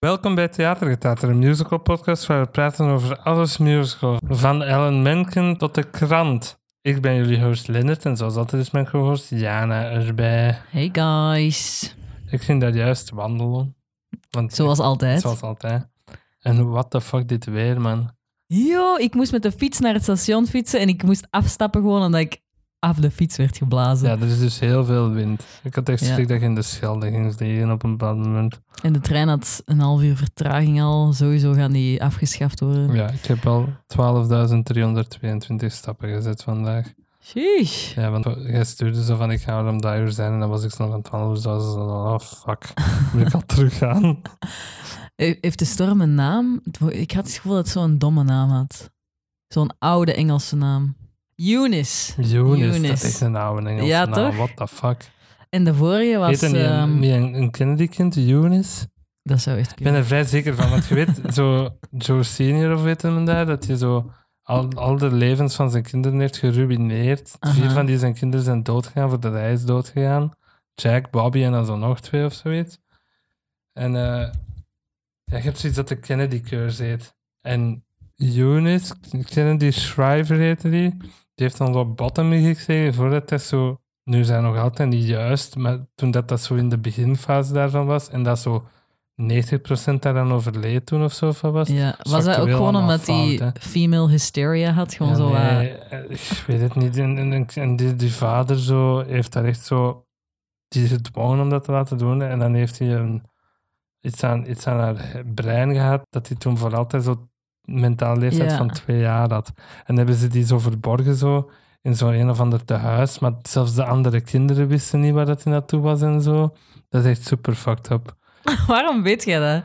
Welkom bij Theatergetater, een musical podcast waar we praten over alles musical. Van Ellen Menken tot de krant. Ik ben jullie host Lennart en zoals altijd is mijn co-host Jana erbij. Hey guys. Ik ging daar juist wandelen. Zoals altijd. Zoals altijd. En what the fuck dit weer, man. Yo, ik moest met de fiets naar het station fietsen en ik moest afstappen gewoon omdat ik af de fiets werd geblazen. Ja, er is dus heel veel wind. Ik had echt schrik dat je in de Schelde ging liggen op een bepaald moment. En de trein had een half uur vertraging al. Sowieso gaan die afgeschaft worden. Ja, ik heb al 12.322 stappen gezet vandaag. Sheesh. Ja, want jij stuurde zo van ik ga er om dat uur zijn en dan was ik nog aan 12 uur. Dus oh fuck, moet ik al teruggaan. Heeft de storm een naam? Ik had het gevoel dat het zo'n domme naam had. Zo'n oude Engelse naam. Eunice, dat is echt een oude Engelse naam. Toch? What the fuck. En de vorige was... Heet niet een Kennedy-kind, Eunice? Dat zou echt Ik ben er vrij zeker van, want je weet, zo Joe Senior of weet hem daar, dat je zo al de levens van zijn kinderen heeft geruïneerd. 4 van die zijn kinderen zijn doodgegaan voordat hij is doodgegaan. Jack, Bobby en dan zo nog 2 of zoiets. En je hebt zoiets dat de Kennedy-curse heet. En Eunice, Kennedy Shriver heette die heeft dan zo bottomie gekregen voordat dat zo... Nu zijn nog altijd niet juist, maar toen dat zo in de beginfase daarvan was en dat zo 90% daar dan overleed toen of zo van was. Ja, was dat ook gewoon omdat hij female hysteria had? Gewoon ja, zo nee, ik weet het niet. En die vader zo heeft daar echt zo... Die is gedwongen om dat te laten doen en dan heeft hij iets aan haar brein gehad dat hij toen voor altijd zo mentale leeftijd van 2 jaar had. En hebben ze die zo verborgen zo in zo'n een of ander tehuis, maar zelfs de andere kinderen wisten niet waar dat hij naartoe was en zo. Dat is echt super fucked up. Waarom weet jij dat?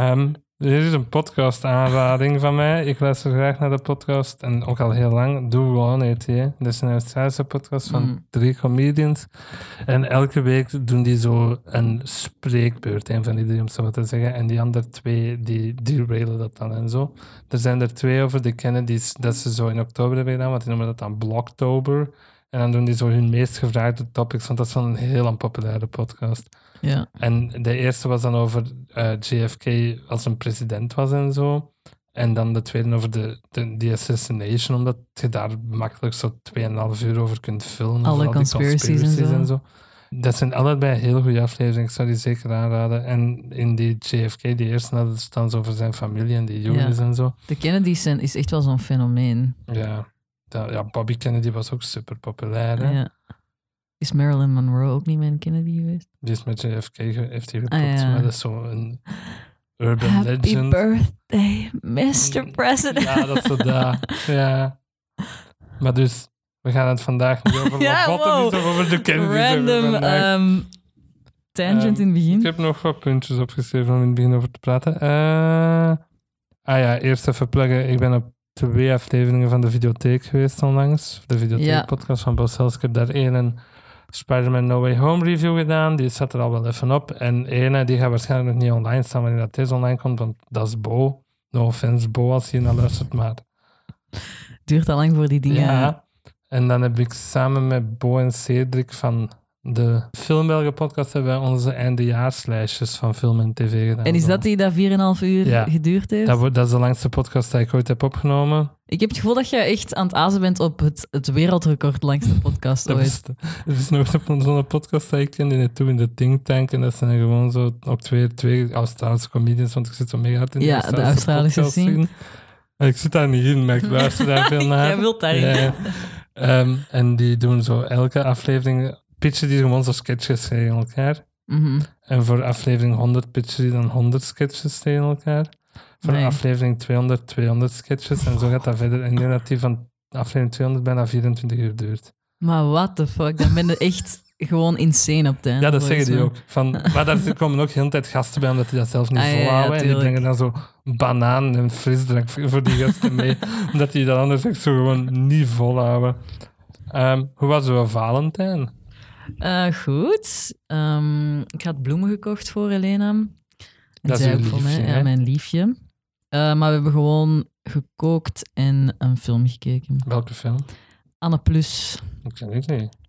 Er is een podcast-aanrading van mij. Ik luister graag naar de podcast en ook al heel lang. Do One heet die. Dat is een Australische podcast van 3 comedians. En elke week doen die zo een spreekbeurt, een van die 3 om zo maar te zeggen. En die andere 2, die derailen dat dan en zo. Er zijn er 2 over de Kennedys, dat ze zo in oktober hebben gedaan, want die noemen dat dan Blocktober. En dan doen die zo hun meest gevraagde topics, want dat is wel een heel populaire podcast. Ja. En de eerste was dan over JFK als een president was en zo. En dan de tweede over die assassination, omdat je daar makkelijk zo 2,5 uur over kunt filmen. Alle conspiracies en zo. Dat zijn allebei heel goede afleveringen, ik zou die zeker aanraden. En in die JFK, die eerste, hadden het dan over zijn familie en die jongens en zo. De Kennedys is echt wel zo'n fenomeen. Ja, Bobby Kennedy was ook super populair. Hè? Ja. Is Marilyn Monroe ook niet met een Kennedy geweest? Die is met JFK heeft hij getopt, maar dat is zo'n urban Happy legend. Happy birthday, Mr. President. Ja, dat is zo daar. Ja. Maar dus, we gaan het vandaag niet over of over de Kennedys. Random tangent in het begin. Ik heb nog wat puntjes opgeschreven om in het begin over te praten. Eerst even pluggen. Ik ben op 2 afleveringen van de Videotheek geweest onlangs. De Videotheek-podcast van Bas Hels. Ik heb daar een Spider-Man No Way Home review gedaan. Die staat er al wel even op. En die gaat waarschijnlijk nog niet online staan wanneer dat deze online komt, want dat is Bo. No offense, Bo, als je naar luistert, maar... Duurt al lang voor die dingen. Ja. En dan heb ik samen met Bo en Cedric van de Filmbelgen podcast hebben wij onze eindejaarslijstjes van film en tv gedaan. En is dat die dat 4,5 uur geduurd heeft? Dat is de langste podcast die ik ooit heb opgenomen. Ik heb het gevoel dat je echt aan het azen bent op het wereldrecord langste podcast ooit. Er is nog zo'n podcast die ik ken, die net toe in de Think Tank. En dat zijn gewoon zo ook twee Australische comedians, want ik zit zo mega hard in de Australische scene. Ik zit daar niet in, maar ik luister daar veel naar. Jij wilt daarin. En die doen zo elke aflevering... pitchen die gewoon zo sketches tegen elkaar. Mm-hmm. En voor aflevering 100 pitchen die dan 100 sketches tegen elkaar. Voor aflevering 200 sketches. En zo gaat dat verder. En ik denk dat die van aflevering 200 bijna 24 uur duurt. Maar what the fuck, dan ben je echt gewoon insane op het einde. Ja, dat zeggen die ook. Maar daar komen ook de hele tijd gasten bij, omdat die dat zelf niet volhouden. En die brengen dan zo banaan en frisdrank voor die gasten mee. Omdat die dat anders echt zo gewoon niet volhouden. Hoe was uw Valentijn? Goed. Ik had bloemen gekocht voor Elena. En dat is uw liefje, mij, mijn liefje. Maar we hebben gewoon gekookt en een film gekeken. Welke film? Anne Plus. Ik ken het niet.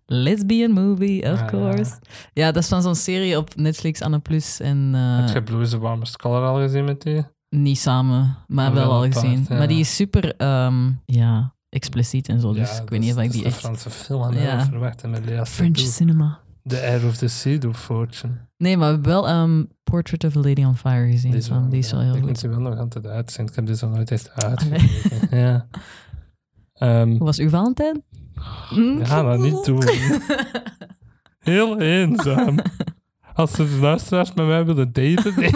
Lesbian movie, of Ah, course. Ja, dat is van zo'n serie op Netflix, Anne Plus. En, Heb je Blue is the Warmest Color al gezien met die? niet samen, maar wel al apart, gezien. ja. Maar die is super expliciet en zo. Dus ik weet niet of ik die echt... echt... Dat is een Franse film aan ja. verwachten met Lea French Seydoux. cinema. The Air of the Sea doet Fortune. Nee, maar we hebben wel Portrait of a Lady on Fire gezien. Die is wel heel ik goed. moet die wel nog altijd uitzien. Ik heb die zo nooit echt uitgekeken. Ja. Hoe was uw Valentijn? Ja, dat niet doen. Heel eenzaam. Als de luisteraars met mij willen daten... Nee.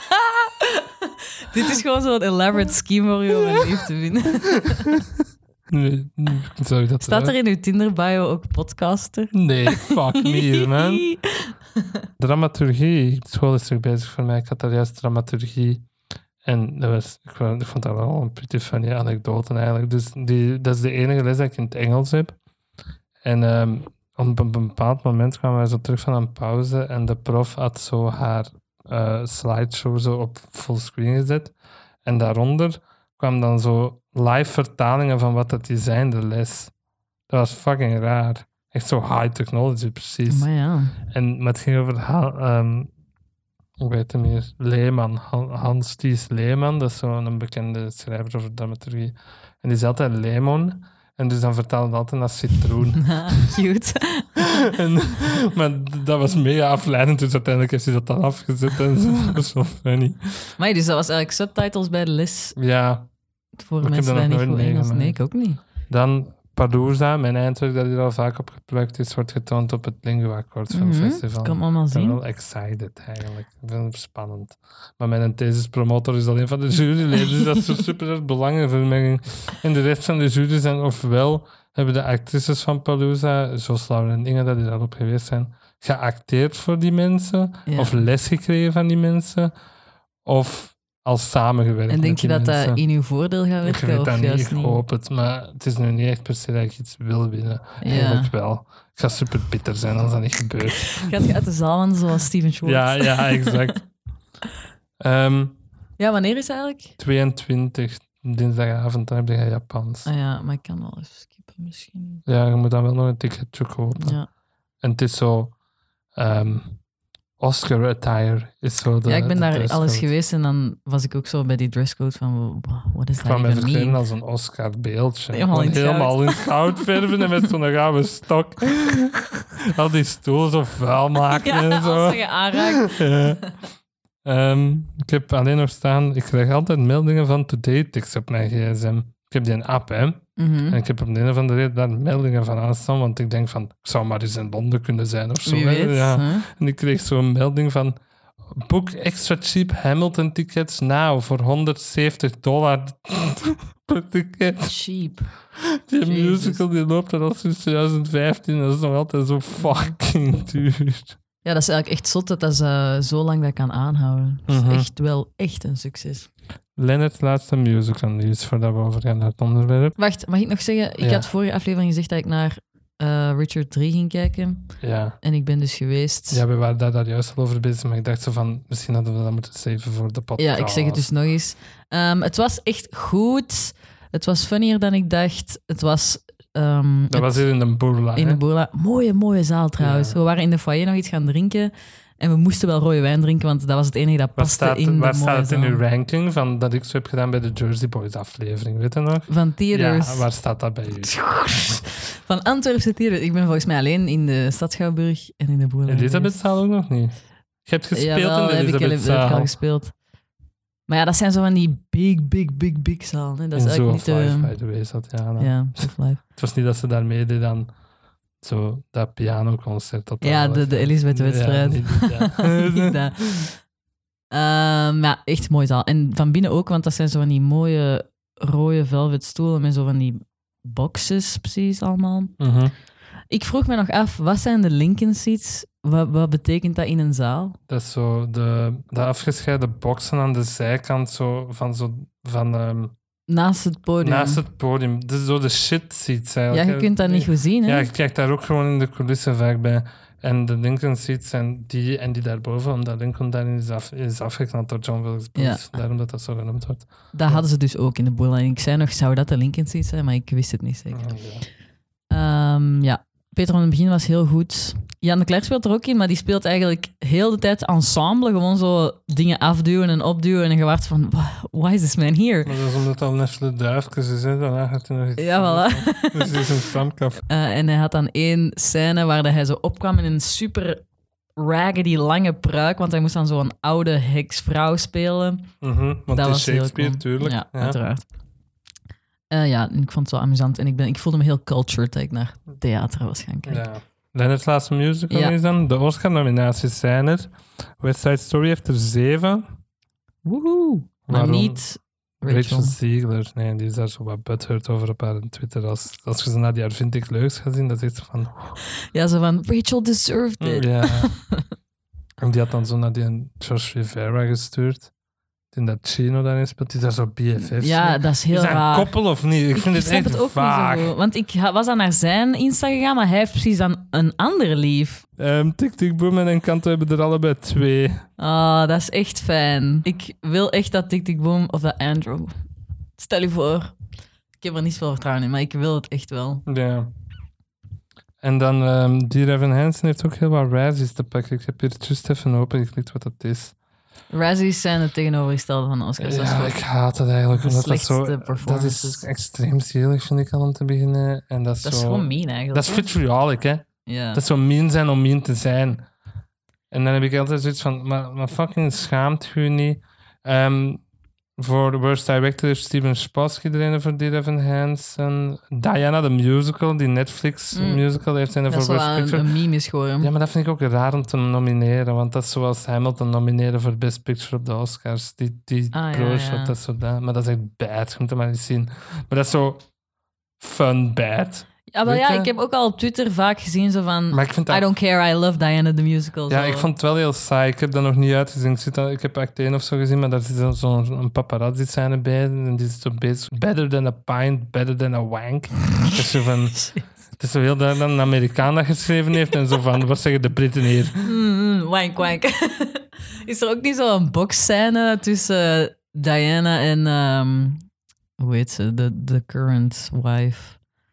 Dit is gewoon zo'n elaborate scheme voor je om een lief te vinden. Nee, zou dat Staat er in uw Tinder-bio ook podcaster? Nee, fuck me, man. Dramaturgie. School is terug bezig voor mij. Ik had daar juist dramaturgie. En ik vond dat wel een pretty funny anekdote eigenlijk. Dus dat is de enige les dat ik in het Engels heb. En op een bepaald moment kwamen wij zo terug van een pauze en de prof had zo haar slideshow zo op fullscreen gezet. En daaronder kwam dan zo live vertalingen van wat dat die zijn, de les. Dat was fucking raar. Echt zo high technology, precies. Maar ja. Maar het ging over... hoe heet hem hier? Leeman. Hans Thies Leeman. Dat is zo'n bekende schrijver over dramaturgie. En die is altijd lemon. En dus dan vertaalde het altijd naar citroen. Cute. Maar dat was mega afleidend. Dus uiteindelijk heeft hij dat dan afgezet. En zo. Dat was zo funny. Maar dus dat was eigenlijk subtitles bij de les. Ja. Voor mensen die niet goed Engels. Nee, ik ook niet. Dan Palooza, mijn eindwerk dat hier al vaak op geplukt is, wordt getoond op het Lingua Accord Festival. Ik kan het allemaal zien. Ik ben wel excited eigenlijk. Ik vind het spannend. Maar mijn thesispromotor is alleen van de juryleden, dus dat is zo super belangrijk voor mij. En de rest van de jury zijn ofwel hebben de actrices van Palooza, zoals Laura en Inge, dat die daarop geweest zijn, geacteerd voor die mensen, of les gekregen van die mensen, of als samengewerkt. En denk je dat mensen. Dat in uw voordeel gaat werken? Ik weet dat niet, ik niet? hoop het. Maar het is nu niet echt per se dat ik iets wil winnen. Eigenlijk wel. Ik ga super bitter zijn als dat niet gebeurt. Gaat je uit de zaal aan zoals Steven Schwartz? Ja, exact. Ja, wanneer is het eigenlijk? 22, dinsdagavond, dan heb je Japans. Ah ja, maar ik kan wel even skippen misschien. Ja, je moet dan wel nog een ticketje kopen. Ja. En het is zo... Oscar attire is zo de... Ja, ik ben daar dresscode. alles geweest en dan was ik ook zo bij die dresscode van, wat is dat Ik kwam me even verkleden mean? als een Oscar-beeldje. Helemaal in het goud verven en met zo'n gouden stok. Al die stoelen zo vuil maken en zo. Als je aanraakt. Ja. Ik heb alleen nog staan... Ik krijg altijd meldingen van Today-tics op mijn gsm. Ik heb die een app, hè. En ik heb op de een of andere reden daar meldingen van aanstaan, want ik denk van, ik zou maar eens in Londen kunnen zijn of zo. Wie weet, ja. hè? En ik kreeg zo'n melding van, book extra cheap Hamilton tickets now voor $170 per ticket. Cheap. Die Jezus. musical die loopt er al sinds 2015 dat is nog altijd zo fucking duur. Ja, dat is eigenlijk echt zot dat ze zo lang dat kan aanhouden. Dat is echt wel echt een succes. Leonard's laatste musical nieuws, voordat we overgaan naar het onderwerp. Wacht, mag ik nog zeggen? Ik had vorige aflevering gezegd dat ik naar Richard 3 ging kijken. Ja. En ik ben dus geweest. Ja, we waren daar juist al over bezig, maar ik dacht zo van, misschien hadden we dat moeten saven voor de podcast. Ja, ik zeg het dus nog eens. Het was echt goed. Het was funnier dan ik dacht. Het was... dat was hier in de Boerla. In de Boerla. Mooie zaal trouwens. Ja. We waren in de foyer nog iets gaan drinken. En we moesten wel rode wijn drinken, want dat was het enige dat paste in de mooie zaal. Waar staat het in uw ranking van dat ik zo heb gedaan bij de Jersey Boys aflevering? Weet je nog? Van theaters. Ja, waar staat dat bij u? Van Antwerpse theaters. Ik ben volgens mij alleen in de Stad Schouwburg en in de Boerla. Elisabethzaal ook nog niet? Je hebt gespeeld in de Elisabethzaal. Heb ik al gespeeld. Maar ja, dat zijn zo van die big zalen. Hè. Dat is in eigenlijk Zoo niet of Life, by the way, zat Jana. Ja, Zoo of Life. Het was niet dat ze daarmee deed dan zo dat pianoconcert. Ja, de Elisabeth-wedstrijd. Niet dat. Ja, echt mooi zaal. En van binnen ook, want dat zijn zo van die mooie rode velvet stoelen met zo van die boxes precies allemaal. Ik vroeg me nog af, wat zijn de Lincoln seats? Wat betekent dat in een zaal? Dat is zo de afgescheiden boxen aan de zijkant van naast het podium. Naast het podium. Dat is zo de shit seats eigenlijk. Ja, je kunt dat niet goed zien, hè? Ja, je kijkt daar ook gewoon in de coulissen vaak bij. En de Lincoln seats zijn die en die daarboven, omdat Lincoln daarin is afgeknapt door John Wilkes Booth. Ja. Daarom dat dat zo genoemd wordt. Dat hadden ze dus ook in de Boerla. En ik zei nog, zou dat de Lincoln seats zijn? Maar ik wist het niet zeker. Ja. Peter van den Begin was heel goed. Jan de Cler speelt er ook in, maar die speelt eigenlijk heel de tijd ensemble. Gewoon zo dingen afduwen en opduwen. En je wacht van, why is this man here? Maar dat is omdat het al net de duifjes is, hè. Daarna gaat hij nog iets... Ja, voilà. Dus hij is een stamkaf. En hij had dan 1 scène waar hij zo opkwam in een super raggedy lange pruik. Want hij moest dan zo'n oude heksvrouw spelen. Want dat is Shakespeare, cool. tuurlijk. Ja, uiteraard. Ik vond het wel amusant. En ik voelde me heel cultured dat ik naar theater was gaan kijken. Ja. Leonard's laatste musical is dan. De Oscar-nominaties zijn er. West Side Story heeft er 7. Woehoe. Maar niet Rachel Ziegler. Nee, die is daar zo wat butthurt over op haar Twitter. Als je ze naar die Vind ik Leuks gaat zien, dat is echt van... Ja, zo van, Rachel deserved it. Ja. En die had dan zo naar die Josh Rivera gestuurd. In dat Chino daarin speelt, die daar zo BFF's. Ja, dat is heel raar. Is dat een koppel of niet? Ik vind het echt het ook vaag. niet zo goed. Want ik was dan naar zijn Insta gegaan, maar hij heeft precies dan een ander lief. Tik Tik Boom en Encanto hebben er allebei 2. Oh, dat is echt fijn. Ik wil echt dat Tik Tik Boom of dat Andrew. Stel je voor. Ik heb er niet veel vertrouwen in, maar ik wil het echt wel. Ja. En dan Dear Evan Hansen heeft ook heel wat Razzies te pakken. Ik heb hier juist even opengeklikt wat dat is. Razzies zijn het tegenovergestelde van Oscars. Ja, ik haat het eigenlijk. De slechtste Dat is extreem zielig, vind ik al om te beginnen. En dat is gewoon mean eigenlijk. Dat is vitriolic, hè. Ja. Dat is zo mean zijn om mean te zijn. En dan heb ik altijd zoiets van, maar fucking schaamt u niet. Voor de Worst Director heeft Steven Spassky erin voor Dear Evan Hansen. Diana, de musical, die Netflix musical, heeft erin voor Worst Picture. Dat is wel een meme is geworden. Ja, maar dat vind ik ook raar om te nomineren, want dat is zoals Hamilton nomineren voor Best Picture op de Oscars. Die pro-shot, dat is zo dat. Maar dat is echt bad, je moet het maar eens zien. Maar dat is zo fun bad. Ja, maar ik heb ook al op Twitter vaak gezien zo van... I don't care, I love Diana the Musical. Ja, zo. ik vond het wel heel saai. Ik heb dat nog niet uitgezien. Ik heb act 1 of zo gezien, maar daar zit zo'n paparazzi-scène bij. En die is zo bezig. Better than a pint, better than a wank. Dus zo van... Het is zo heel duidelijk dat een Amerikaan dat geschreven heeft. En zo van, wat zeggen de Britten hier? Wank, wank. Is er ook niet zo'n boxscène tussen Diana en... hoe heet ze? De current wife...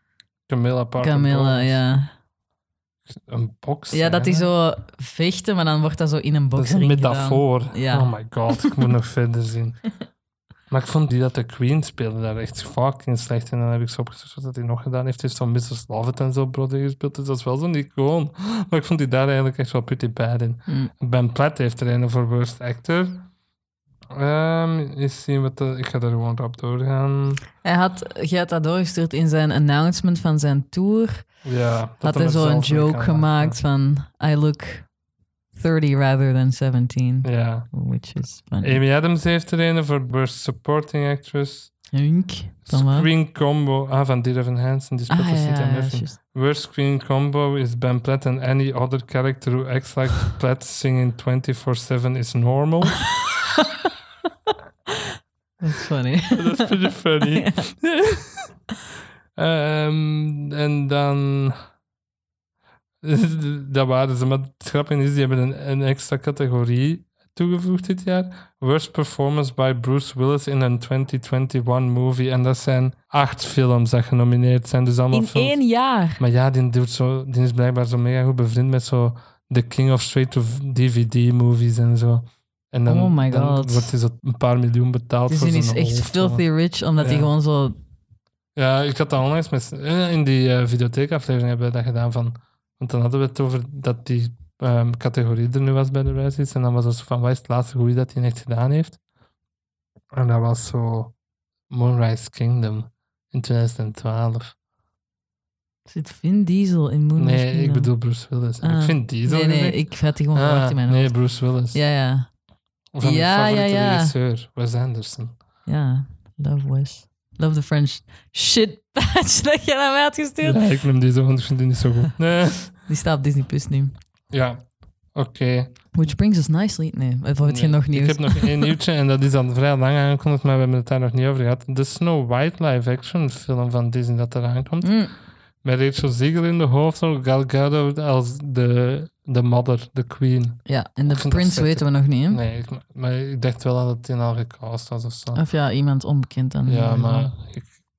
Camilla, ja. Een box. Ja, dat die zo vechten, maar dan wordt dat zo in een box. Dat is een metafoor. Ja. Oh my god, ik moet nog verder zien. Maar ik vond die dat de Queen speelde daar echt fucking slecht. En dan heb ik zo opgezocht wat hij nog gedaan heeft. Hij heeft zo'n Mrs. Lovett en zo Broadway gespeeld. Dus dat is wel zo'n icoon. Maar ik vond die daar eigenlijk echt wel pretty bad in. Ben Platt heeft er een voor Worst Actor. Eens zien wat ik ga er gewoon op doorgaan. Jij had dat doorgestuurd in zijn announcement van zijn tour. Ja. Had hij zo een joke gemaakt van I look 30 rather than 17. Ja. Which is funny. Amy Adams heeft er een voor Worst Supporting Actress. Screen Combo. Van Dear Evan Hansen. Die speelt Cynthia Worst Screen Combo is Ben Platt and any other character who acts like Platt singing 24/7 is normal. That's funny. That's pretty funny. En dan... dat waren ze. Maar het grappige is, die hebben een extra categorie toegevoegd dit jaar. Worst Performance by Bruce Willis in een 2021 movie. En dat zijn 8 films dat genomineerd zijn. Dus allemaal in films. 1 jaar? Maar ja, die is blijkbaar zo mega goed bevriend met zo The King of Straight-to-DVD movies en zo. En dan, oh my god. Dan wordt hij zo een paar miljoen betaald dus voor zijn hij is echt filthy rich, omdat hij gewoon zo... Ja, ik had dat onlangs in die videotheekaflevering hebben we dat gedaan van... Want dan hadden we het over dat die categorie er nu was bij de Razzies. En dan was het zo van, wat is het laatste goeie dat hij echt gedaan heeft? En dat was zo Moonrise Kingdom in 2012. Zit Vin Diesel in Moonrise Kingdom? Nee, ik bedoel Bruce Willis. Ik vind Diesel... Nee, ik had die gewoon verwacht in mijn hoofd. Nee, Bruce Willis. Ja. Van mijn favoriete regisseur, Wes Anderson. Ja, love Wes. Love the French shit patch dat je naar mij had gestuurd. Ja, ik neem die zo, want ik vind die niet zo goed. Nee. Die staat op Disney Plus nu. Ja, oké. Which brings us nicely... Nee, heb je nog nieuws? Ik heb nog 1 nieuwtje en dat is al vrij lang aangekondigd, maar we hebben het daar nog niet over gehad. De Snow White live-action film van Disney dat eraan komt. Met Rachel Zegler in de hoofdrol, Gal Gadot als de mother, de queen. Ja, en de prins weten we nog niet, hè? Nee, maar ik dacht wel dat het in al gecast was of zo. Of ja, iemand onbekend dan. Ja, maar ik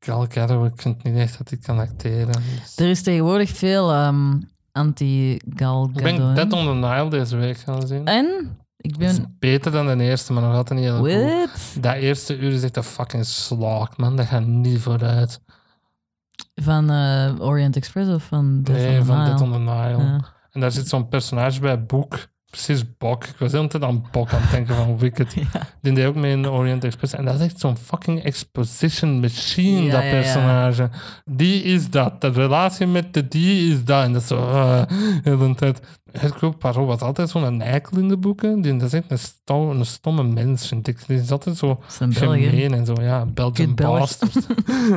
Gal Gadot, ik vind niet echt dat hij kan acteren. Dus. Er is tegenwoordig veel anti-Gal Gadot. Ik ben Dead on the Nile deze week gaan zien. En? Ik ben... Het is beter dan de eerste, maar nog altijd niet heel What? goed. Dat eerste uur is echt een fucking slog, man. Dat gaat niet vooruit. Van Orient Express of van Dead on the Nee, van Nile? Dead on the Nile. Ja. En daar zit zo'n personage bij, Boek. Precies Bok. Ik was de hele tijd aan Bok aan het denken van Wicked. Ja. Die deed ook mee in Orient Express. En dat is echt zo'n fucking exposition machine, Ja, dat ja, personage. Die is dat. De relatie met de die is dat. En dat is zo... de hele tijd. Hercule Poirot was altijd zo'n eikel in de boeken. Dat is echt een stomme mens, vind ik. Die is altijd zo gemeen en zo. Ja, Belgian bastard.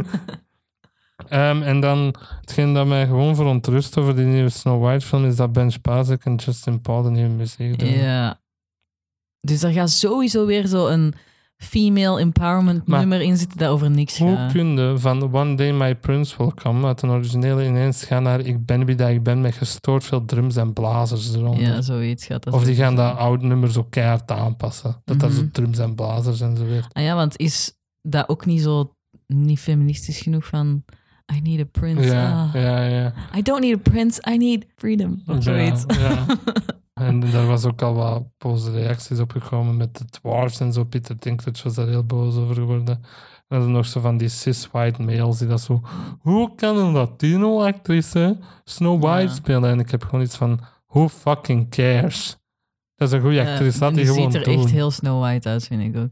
En dan, hetgeen dat mij gewoon verontrust over die nieuwe Snow White film, is dat Ben Spazek en Justin Paul de nieuwe muziek doen. Ja. Dus er gaat sowieso weer zo een female empowerment nummer in zitten dat over niks gaat. Hoe kun je van One Day My Prince Will Come uit een originele ineens gaan naar Ik ben wie dat ik ben met gestoord veel drums en blazers eronder? Ja, zoiets gaat dat. Of die gaan dat oud nummer zo keihard aanpassen. Dat daar zo drums en blazers en zo weer. Ah ja, want is dat ook niet feministisch genoeg van... I need a prince. Ja. I don't need a prince, I need freedom. Of zoiets. Ja. En daar was ook al wat boze reacties op gekomen met de dwarfs en zo. Peter Dinklage was daar heel boos over geworden. En dan nog zo van die cis-white males die dat zo... Hoe kan een Latino-actrice Snow White spelen? En ik heb gewoon iets van... Who fucking cares? Dat is een goede actrice, laat die gewoon doen. Die ziet er echt heel Snow White uit, vind ik ook.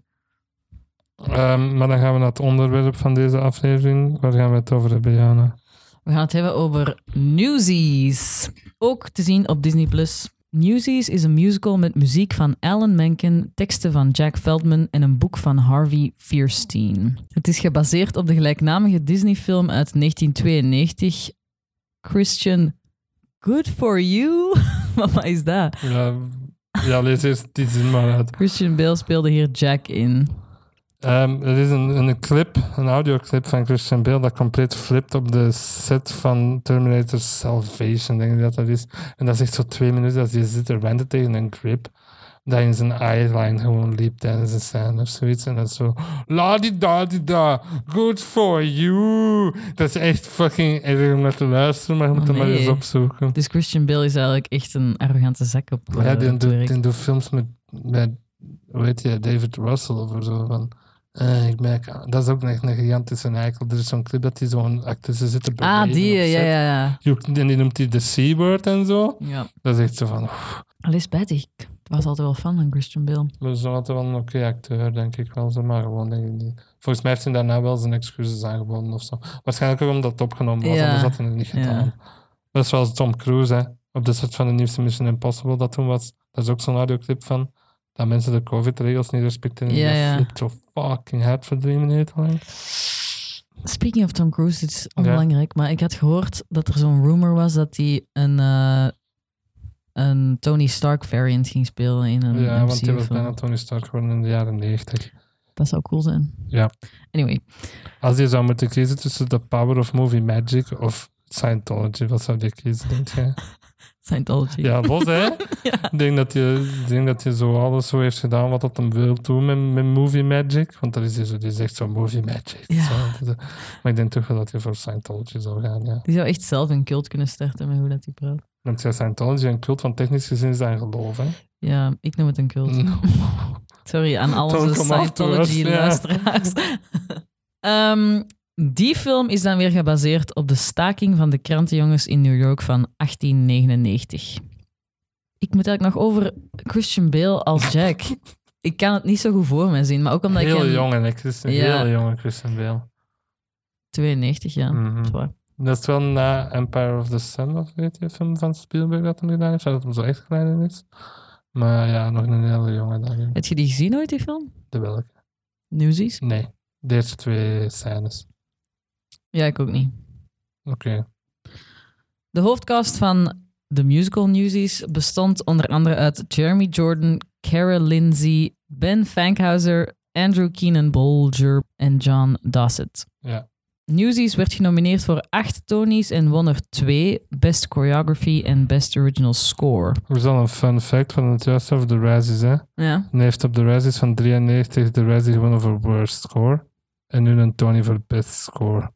Maar dan gaan we naar het onderwerp van deze aflevering. Waar gaan we het over hebben, Jana? We gaan het hebben over Newsies. Ook te zien op Disney+. Newsies is een musical met muziek van Alan Menken, teksten van Jack Feldman en een boek van Harvey Fierstein. Het is gebaseerd op de gelijknamige Disney-film uit 1992. Christian, good for you? Wat is dat? Ja, lees eerst die zin maar uit. Christian Bale speelde hier Jack in. Er is een clip, een audioclip van Christian Bale dat compleet flipt op de set van Terminator Salvation, denk ik dat is. En dat is echt zo 2 minuten dat je zit te renden tegen een grip dat in zijn eyeline gewoon liep tijdens een scène of zoiets. En dat is zo, la-di-da-di-da, good for you. Dat is echt fucking erg om naar te luisteren, maar je moet hem maar eens opzoeken. Dus Christian Bale is eigenlijk echt een arrogante zak op ja, die doet films met hoe heet je, David Russell of zo van... ik merk, dat is ook echt een gigantische eikel. Er is zo'n clip dat hij zo'n actrice zit te bewegen. Ah, die, ja. En die noemt hij de C-word en zo. Ja. Dat is echt zo van... Allee, spijtig. Ik was altijd wel fan van Christian Bale. Dat is altijd wel een oké acteur, denk ik wel. Maar gewoon, denk ik niet. Volgens mij heeft hij daarna wel zijn excuses aangeboden of zo. Waarschijnlijk ook omdat het opgenomen was, anders had hij het niet gedaan. Dat is zoals Tom Cruise, hè. Op de set van de nieuwste Mission Impossible dat toen was. Daar is ook zo'n audioclip van. Dat mensen de COVID-regels niet respecteren. En die flipt zo fucking hard voor 3 minuten lang. Speaking of Tom Cruise, dit is onbelangrijk, maar ik had gehoord dat er zo'n rumor was dat hij een Tony Stark variant ging spelen in een MCU-film. Want hij was bijna Tony Stark geworden in de jaren 90. Dat zou cool zijn. Ja. Anyway. Als je zou moeten kiezen tussen The Power of Movie Magic of Scientology, wat zou je kiezen, denk je? Scientology. Ja, los hè? Ja. Ik denk dat je zo alles zo heeft gedaan wat dat hem wil doen met Movie Magic. Want daar is hij zo, die zegt zo Movie Magic. Ja. Zo. Maar ik denk toch wel dat hij voor Scientology zou gaan, ja. Die zou echt zelf een cult kunnen starten met hoe dat hij praat. Want ja, Scientology een cult van technisch gezien is aan geloof, hè? Ja, ik noem het een cult. No. Sorry aan al onze Scientology-luisteraars. Die film is dan weer gebaseerd op de staking van de krantenjongens in New York van 1899. Ik moet eigenlijk nog over Christian Bale als Jack. Ik kan het niet zo goed voor me zien, maar ook omdat heel ik... Heel jonge Christian Bale. 92, ja. Mm-hmm. Dat is wel na Empire of the Sun, of weet je, film van Spielberg dat hem gedaan heeft. Dat hem zo echt klein in is. Maar ja, nog een hele jonge daarin. Heb je die gezien ooit, die film? De welke? Newsies? Nee, de eerste 2 scènes. Ja, ik ook niet. Oké. De hoofdcast van de musical Newsies bestond onder andere uit Jeremy Jordan, Cara Lindsay, Ben Fankhauser, Andrew Keenan Bolger en John Dossett. Ja. Newsies werd genomineerd voor 8 Tonys en won er 2, Best Choreography en Best Original Score. Er is al een fun fact van het juist over de Razzies, hè? Ja. En heeft op de Razzies van 93 de Razzie gewonnen voor Worst Score. En nu een Tony voor Best Score.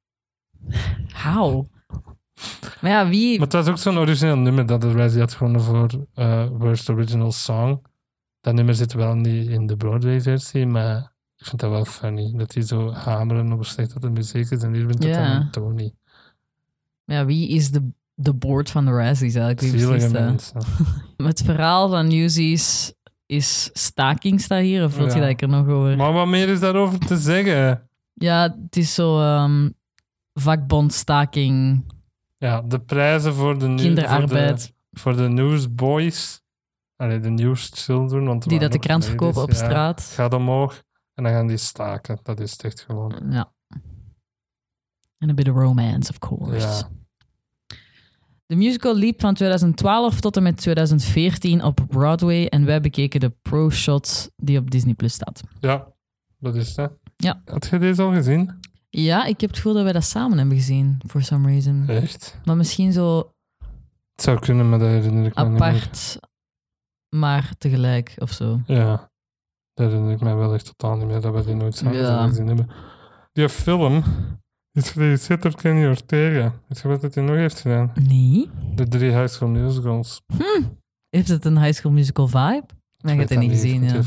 How? Maar ja, wie... Maar het was ook zo'n origineel nummer dat de Razzie had gewonnen voor Worst Original Song. Dat nummer zit wel niet in de Broadway-versie, maar ik vind dat wel funny. Dat die zo hameren op hoe slecht dat de muziek is en hier wint het dan een Tony. Ja, wie is de board van de Razzies eigenlijk? Zielige mensen. Het verhaal van Newsies is staking, staat hier, of wil je dat ik er nog over... Maar wat meer is daarover te zeggen? Ja, het is zo vakbondstaking. Ja, de prijzen voor de kinderarbeid. Voor de newsboys, de newschildren, want die dat de krant verkopen op straat. Gaat omhoog en dan gaan die staken. Dat is het echt gewoon. Ja. En een bit of romance, of course. Ja. De musical liep van 2012 tot en met 2014 op Broadway en wij bekeken de pro-shot die op Disney Plus staat. Ja, dat is het. Ja. Had je deze al gezien? Ja, ik heb het gevoel dat wij dat samen hebben gezien, for some reason. Echt? Maar misschien zo... Het zou kunnen, maar dat herinner ik me niet apart, maar tegelijk, of zo. Ja, dat herinner ik mij wel echt totaal niet meer, dat we die nooit samen gezien hebben. Die film is geregisseerd door Kenny Ortega. Weet je wat hij nog heeft gedaan? Nee. De 3 High School Musicals. Heeft het een High School Musical vibe? Ik heb het niet gezien, ja.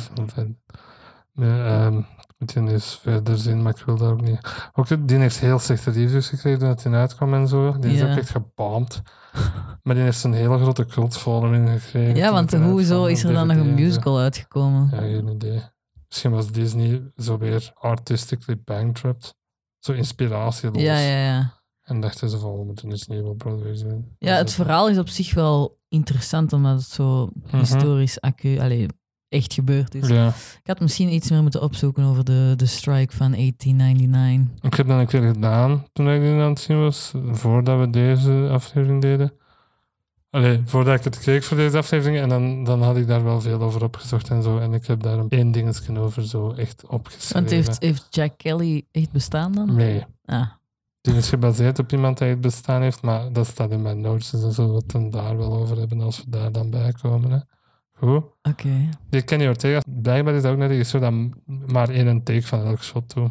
Moet je eens verder zien, maar ik wil dat ook niet. Ook die heeft heel slechte reviews gekregen toen het in uitkwam en zo. Die is ook echt gebomd. Maar die heeft een hele grote cultfollowing gekregen. Ja, want hoezo is er dan nog een musical uitgekomen? Ja, geen idee. Misschien was Disney zo weer artistically bankrupt. Zo inspiratieloos. Ja. En dachten ze van, we moeten iets nieuws op Broadway doen. Ja, het verhaal is op zich wel interessant, omdat het zo historisch echt gebeurd is. Ja. Ik had misschien iets meer moeten opzoeken over de strike van 1899. Ik heb dat een keer gedaan toen ik dit aan het zien was, voordat we deze aflevering deden. Voordat ik het keek voor deze aflevering, en dan had ik daar wel veel over opgezocht en zo. En ik heb daar 1 dingetje over zo echt opgeschreven. Want heeft Jack Kelly echt bestaan dan? Nee. Ah. Die is gebaseerd op iemand die het bestaan heeft, maar dat staat in mijn notes en zo, wat we daar wel over hebben als we daar dan bij komen. Hè. Goed. Oké. Die Kenny Ortega, blijkbaar is dat ook net een regisseur dat maar 1 take van elk shot doet.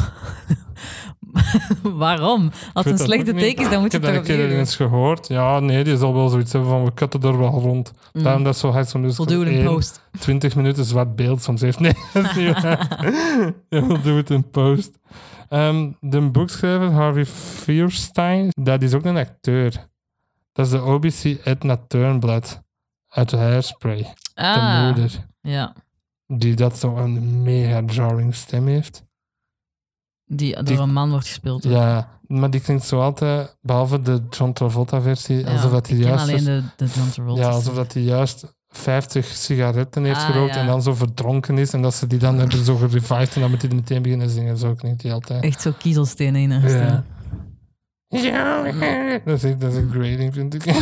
Waarom? Als het een slechte take is, dan moet je het toch opnieuw doen. Ik heb dat een keer eens gehoord. Ja, nee, die zal wel zoiets hebben van, we katten er wel rond. Daarom dat zo hard zo'n musical. We'll do it in post. 20 minuten zwart beeld soms heeft. Nee, dat is niet waar. Ja, we'll do it in post. De boekschrijver, Harvey Fierstein, dat is ook een acteur. Dat is de OBC Edna Turnblad uit Hairspray. De moeder. Ja. Die dat zo een mega jarring stem heeft. Die door een man wordt gespeeld. Ja, maar die klinkt zo altijd, behalve de John Travolta-versie, alsof dat hij juist... alleen de John Travolta. Ja, alsof dat hij juist 50 sigaretten heeft gerookt en dan zo verdronken is en dat ze die dan hebben zo gerevived en dan moet hij meteen beginnen zingen. Zo klinkt hij altijd. Echt zo kiezelstenen in haar stem. Ja. Dat is een grading, vind ik.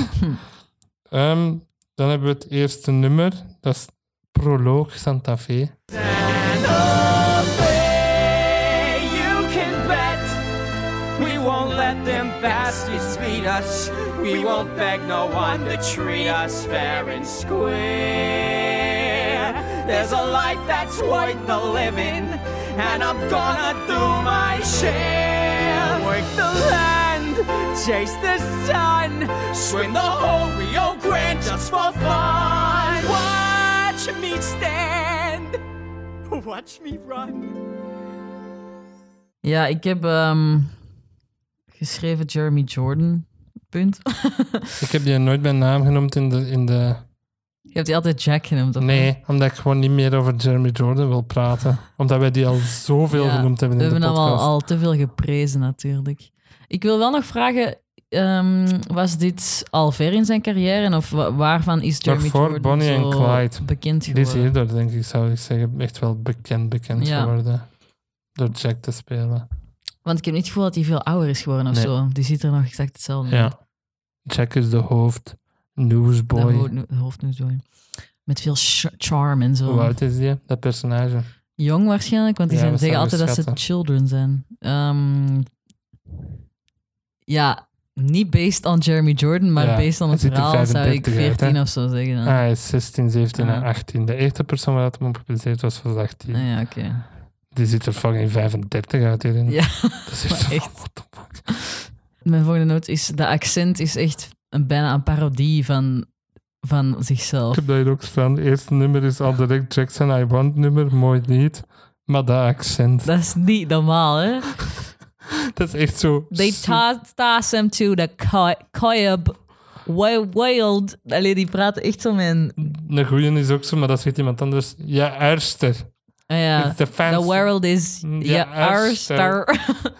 Dan hebben we het eerste nummer. Dat is Prologue Santa Fe. Bastards beat us. We won't beg no one to treat us fair and square. There's a life that's worth the living, and I'm gonna do my share. Work the land, chase the sun, swim the whole Rio Grande just for fun. Watch me stand, watch me run. Ja, ik heb... geschreven Jeremy Jordan, punt. Ik heb die nooit bij naam genoemd in de... Je hebt die altijd Jack genoemd, of nee, omdat ik gewoon niet meer over Jeremy Jordan wil praten. Omdat wij die al zoveel genoemd hebben in de podcast. We hebben hem al te veel geprezen, natuurlijk. Ik wil wel nog vragen, was dit al ver in zijn carrière? Of waarvan is Jeremy Jordan Bonnie zo en Clyde bekend geworden? Dit is hierdoor, denk ik, zou ik zeggen, echt wel bekend geworden. Door Jack te spelen. Want ik heb niet het gevoel dat hij veel ouder is geworden of zo. Die ziet er nog exact hetzelfde uit. Ja. Jack is de hoofdnewsboy. De hoofdnewsboy. Met veel charm en zo. Hoe oud is die, dat personage? Jong waarschijnlijk, want die zeggen altijd dat ze children zijn. Niet based on Jeremy Jordan, maar based on het verhaal zou ik 14 of zo zeggen. Hij is 16, 17 en 18. De eerste persoon waar dat hem op gepubliceerd was 18. Ja, oké. Die ziet er fucking 35 uit hierin. Ja, Dat is echt, echt. what the fuck. Mijn volgende noot is... De accent is echt bijna een parodie van zichzelf. Ik heb dat hier ook staan. Het eerste nummer is al direct Jackson I Want nummer. Mooi lied. Maar dat accent. Dat is niet normaal, hè? Dat is echt zo... They toss him to the coyote wild. Allee, die praten echt zo met Een goeie is ook zo, maar dat zegt iemand anders. Ja, erster. ja, It's the fancy... the world is... Ja, our star.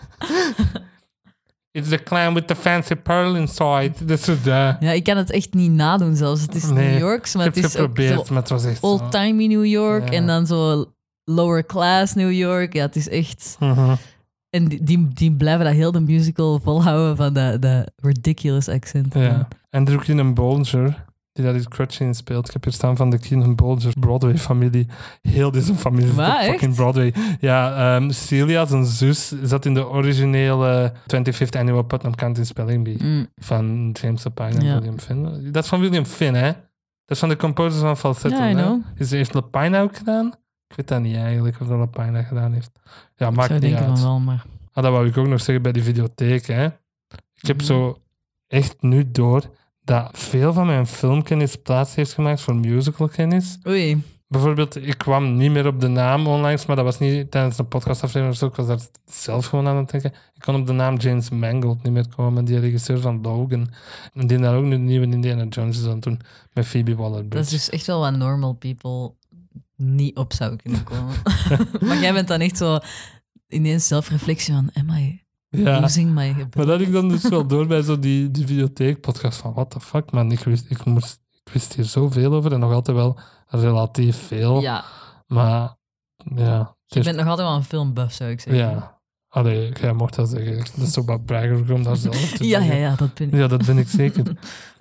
It's the clown with the fancy pearl inside. Dat is zo dat. Ja, ik kan het echt niet nadoen zelfs. Het is Nee, New Yorks, maar Ik het heb is ook geprobeerd, zo maar het was echt zo... old-timey New York Ja. en dan zo lower class New York. Ja, het is echt... Mhm. En die blijven dat heel de musical volhouden van dat ridiculous accent. Ja. En er ook in een Bolger, die daar iets Crutchy in speelt. Ik heb hier staan van de Keenan Bolger Broadway-familie. Heel deze familie zit Wat, op fucking echt? Broadway. Ja, Celia, zijn zus, zat in de originele 25th Annual Putnam County Spelling Bee Mm. van James Lapine en Ja. William Finn. Dat is van William Finn, hè? Dat is van de composers van Falsetto, Ja, I hè? know. Is heeft Lapine ook gedaan? Ik weet dat niet eigenlijk, of dat Lapine dat gedaan heeft. Ja, Ik maakt zou niet denken uit. van wel, maar... Ah, dat wou ik ook nog zeggen bij die videotheek. Hè. Ik heb zo echt nu door dat veel van mijn filmkennis plaats heeft gemaakt voor musicalkennis. Oei. Bijvoorbeeld, ik kwam niet meer op de naam onlangs, maar dat was niet tijdens een podcastaflevering of zo. Ik was daar zelf gewoon aan het denken. Ik kon op de naam James Mangold niet meer komen, die regisseur van Logan. En die daar ook nu de nieuwe Indiana Jones is aan het doen met Phoebe Waller-Bridge. Dat is dus echt wel wat normal people niet op zou kunnen komen. Maar jij bent dan echt zo ineens zelfreflectie van, am I ja. losing my ability? Maar dat had ik dan dus wel door bij zo die videotheek-podcast van what the fuck, man. Ik wist hier zoveel over en nog altijd wel relatief veel. Ja, Maar ja. het je is- bent nog altijd wel een filmbuff, zou ik zeggen. ja. Allee, jij mocht dat zeggen. Dat is zo wat bragger om daar zelf te Ja, zeggen. dat ben ik. Ja, dat ben ik zeker.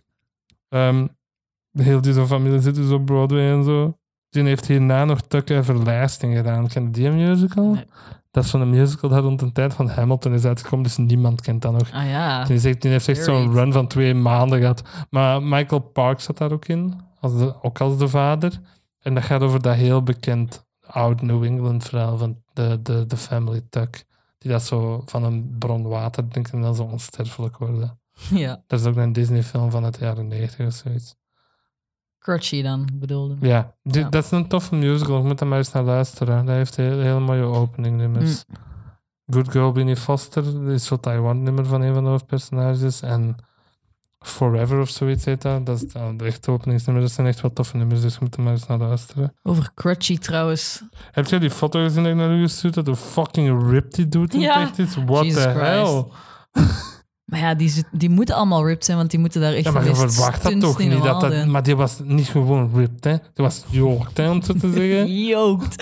Heel die zo'n familie zit dus op Broadway en zo. Die heeft hierna nog Tuck Everlasting gedaan. Ken je die musical? Nee. Dat is zo'n musical dat rond de tijd van Hamilton is uitgekomen, dus niemand kent dat nog. Ah ja. Die heeft echt zo'n Buried. run van 2 maanden gehad. Maar Michael Parks zat daar ook in, ook als de vader. En dat gaat over dat heel bekend oud New England verhaal van de family Tuck. Die dat zo van een bron water drinken en dan zo onsterfelijk worden. Ja. Dat is ook een Disney film van het jaren 90 of zoiets. Crutchy dan, bedoelde. Ja, Ja. dat is een toffe musical. Je moet er maar eens naar luisteren. Dat heeft hele mooie openingnummers. Good Girl, Winnie Foster is zo'n Taiwan-nummer van een van de hoofdpersonages. En Forever of zoiets heet dat. Dat is de echte openingsnummer. Dat zijn echt wel toffe nummers, dus je moet er maar eens naar luisteren. Over Crutchy trouwens. Heb jij die foto gezien die ik naar u gestuurd heb? Hoe fucking ripped die doet in Ja. het echt is? What Jesus the Christ. hell? Maar ja, die moeten allemaal ripped zijn, want die moeten daar echt Ja, maar je de meest verwacht dat stunts toch niet niet? normaal doen. Maar die was niet gewoon ripped, hè? Die was yoked, hè, om zo te zeggen. Yoked.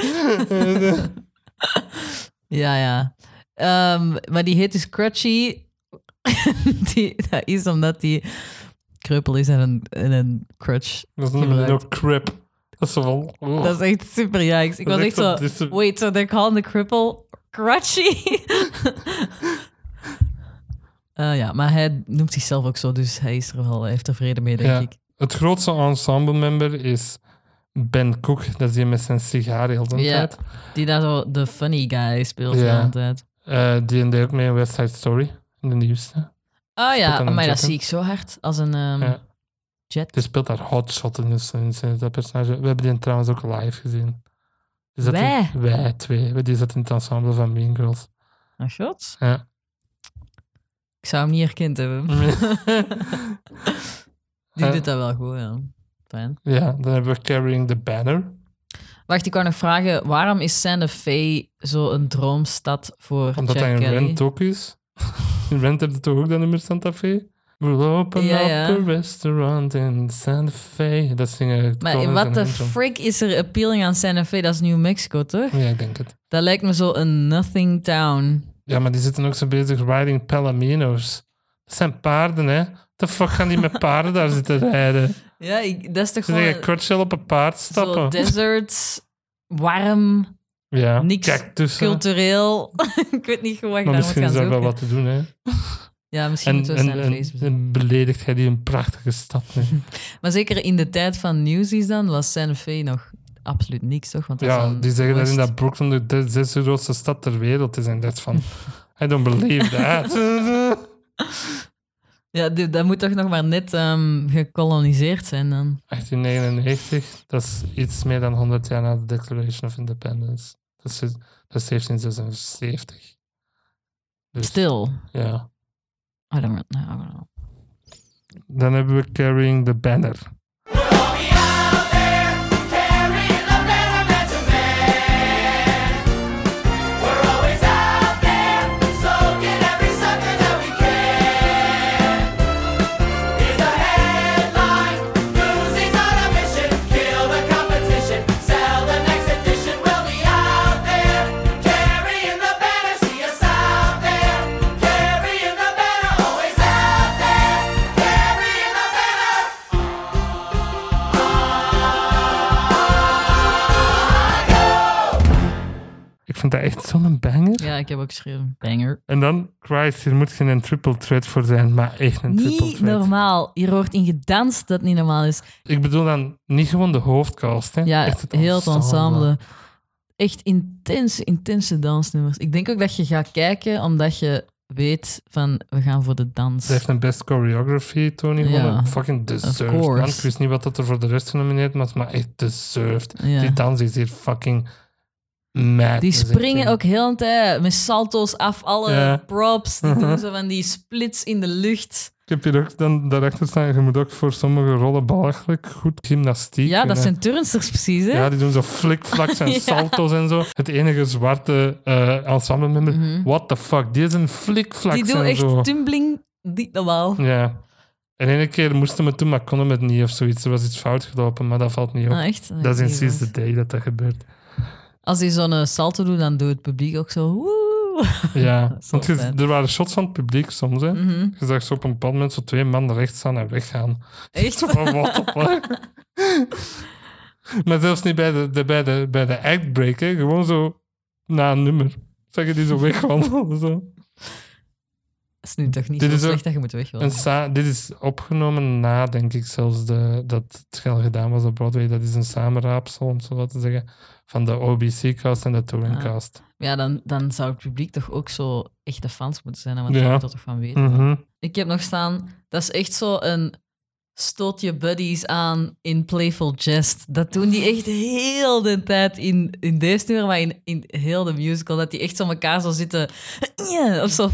Ja. Maar die heet dus Crutchy. Dat is omdat die kreupel is en een crutch. Dat is noemen die gebruikt. ook crip. Dat is zo van... oh. Dat is echt super jijks. Ik Dat was is echt echt zo... zo Wait, so they're calling the cripple Crutchy? Ja, maar hij noemt zichzelf ook zo, dus hij is er wel, hij heeft er vrede mee, denk Ja. ik. Het grootste ensemble-member is Ben Cook. Dat is die met zijn sigaar heel de Ja. tijd. Die daar zo de funny guy speelt Ja. de hele tijd. Die deed ook mee in West Side Story. In de nieuwste. Oh ja, dan een maar dat jet, zie ik zo hard als een Ja. jet. Die speelt daar Hotshot in dat personage. We hebben die trouwens ook live gezien. Die zat Wij? wij twee. Die zat in het ensemble van Mean Girls. Ah, god. Ja. Ik zou hem niet herkend hebben. Die doet dat wel goed, ja. Fijn. Ja, dan hebben we Carrying the Banner. Wacht, ik wou nog vragen, waarom is Santa Fe zo een droomstad voor Omdat Jack hij in Kelly? Rent ook is. In Rent heb je toch ook dat nummer Santa Fe? We'll open Ja. up a restaurant in Santa Fe. Dat zingen Maar Collins wat en de Hinton. frick is er appealing aan Santa Fe? Dat is New Mexico, toch? Ja, ik denk het. Dat lijkt me zo een nothing town. Ja, maar die zitten ook zo bezig riding Palomino's. Dat zijn paarden, hè? The fuck gaan die met paarden daar zitten rijden? Ja, dat is toch Ze zeggen gewoon Crutchell op een paard zo stappen. desert, warm, Ja, niks cactussen. cultureel. Ik weet niet hoe ik Maar daar moet misschien gaan is er wel zoeken. wat te doen, hè? Ja, misschien En, moeten we en, Santa en, Fe bezoeken. en beledigt hij die een prachtige stad. Hè? Maar zeker in de tijd van Newsies dan was Santa Fe nog absoluut niks, toch? Want dat is Ja, dan die zeggen dat West. in dat Brooklyn de 6e grootste stad ter wereld is. En dat is van, I don't believe that. Ja, dat moet toch nog maar net gekoloniseerd zijn dan. 1899, dat is iets meer dan 100 jaar na de Declaration of Independence. Dat is 1776. Dus, Still. ja. I don't know. Dan hebben we Carrying the Banner. Ik vind dat echt zo'n banger. Ja, ik heb ook geschreven. Banger. En dan, Christ, hier moet geen triple threat voor zijn, maar echt een triple Niet threat. normaal. Hier wordt in gedanst dat niet normaal is. Ik bedoel dan niet gewoon de hoofdcast, hè. Ja, echt heel het ensemble. Echt intense dansnummers. Ik denk ook dat je gaat kijken omdat je weet van we gaan voor de dans. Ze heeft een best choreography, Tony. Ja, Fucking deserved, course. man. Ik wist niet wat dat er voor de rest genomineerd was, maar echt deserved. Ja. Die dans is hier fucking mad. Die springen ook heel de tijd met salto's af, alle Ja. props. Die doen zo van die splits in de lucht. Ik heb hier ook dan daarachter staan, je moet ook voor sommige rollen belachelijk goed gymnastiek. Ja, dat kunnen. zijn turnsters precies, hè? Ja, die doen zo flikflaks en Ja. salto's en zo. Het enige zwarte ensemble-member, what the fuck, die is een flikflaks die doen en echt zo. tumbling, niet normaal. Ja. En ene keer moesten we toen, maar konden we het niet of zoiets. Er was iets fout gelopen, maar dat valt niet op. Ah, echt? Dat is in Zie je Seize wel. the Day dat dat gebeurt. Als die zo'n salto doet, dan doet het publiek ook zo... Woe. Ja, Dat is want wel fijn. er waren shots van het publiek soms. Hè. Mhm. Je zag zo op een bepaald moment zo 2 mannen recht staan en weggaan. Echt? Van, what the fuck? Maar zelfs niet bij de actbreak, hè. Gewoon zo na een nummer. Zag je die zo wegwandelen. Zo. Dat is nu toch niet Dit zo is ook slecht dat je moet wegwandelen. Dit is opgenomen na, denk ik, zelfs dat het al gedaan was op Broadway. Dat is een samenraapsel, om zo wat te zeggen, van de OBC-cast en de Touring-cast. Ja, dan zou het publiek toch ook zo echte fans moeten zijn, hè, want Ja. je moet er toch van weten. Mhm. Ik heb nog staan, dat is echt zo een stoot je buddies aan in Playful Jest. Dat doen die echt heel de tijd in deze nummer, maar in heel de musical, dat die echt zo elkaar zo zitten of zo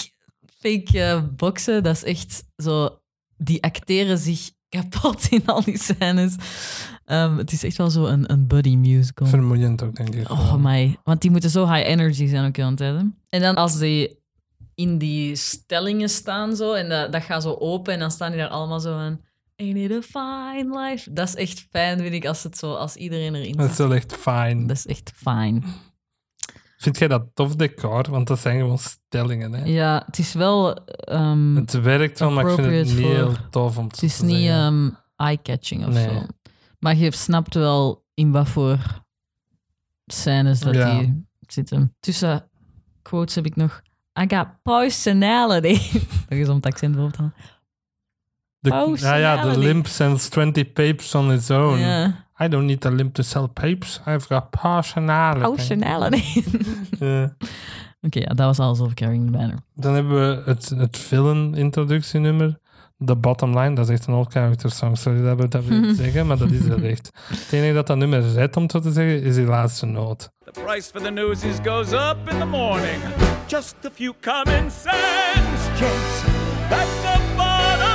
fake boksen. Dat is echt zo, die acteren zich kapot in al die scènes. Het is echt wel zo een buddy musical. Vermoeiend ook, denk ik. Oh my, want die moeten zo high energy zijn ook heel de tijd. Hè. En dan als die in die stellingen staan zo, en dat gaat zo open en dan staan die daar allemaal zo van ain't it a fine life? Dat is echt fijn, vind ik, als iedereen erin Dat is zit. wel echt fijn. Dat is echt fijn. Vind jij dat tof decor? Want dat zijn gewoon stellingen, hè. Ja, het is wel... Het werkt wel, maar ik vind het niet appropriate heel tof om te het is zeggen. niet eye-catching of Nee. zo. Maar je snapt wel in wat voor scènes dat Ja. die zitten. Tussen quotes heb ik nog... I got personality. Dat is om het accent voor te halen. De Personality. limp sells 20 papers on its own. Ja. I don't need a limp to sell papers. I've got personality. Personality. Ja. Oké, ja, dat was alles over Carrying the Banner. Dan hebben we het villain-introductienummer. The Bottom Line, dat is echt een all-character song. Sorry dat we dat willen zeggen, maar dat is het echt. Het enige dat nummer redt, om zo te zeggen, is die laatste noot. The price for the newsies goes up in the morning. Just a few common sense kids. That's the bottom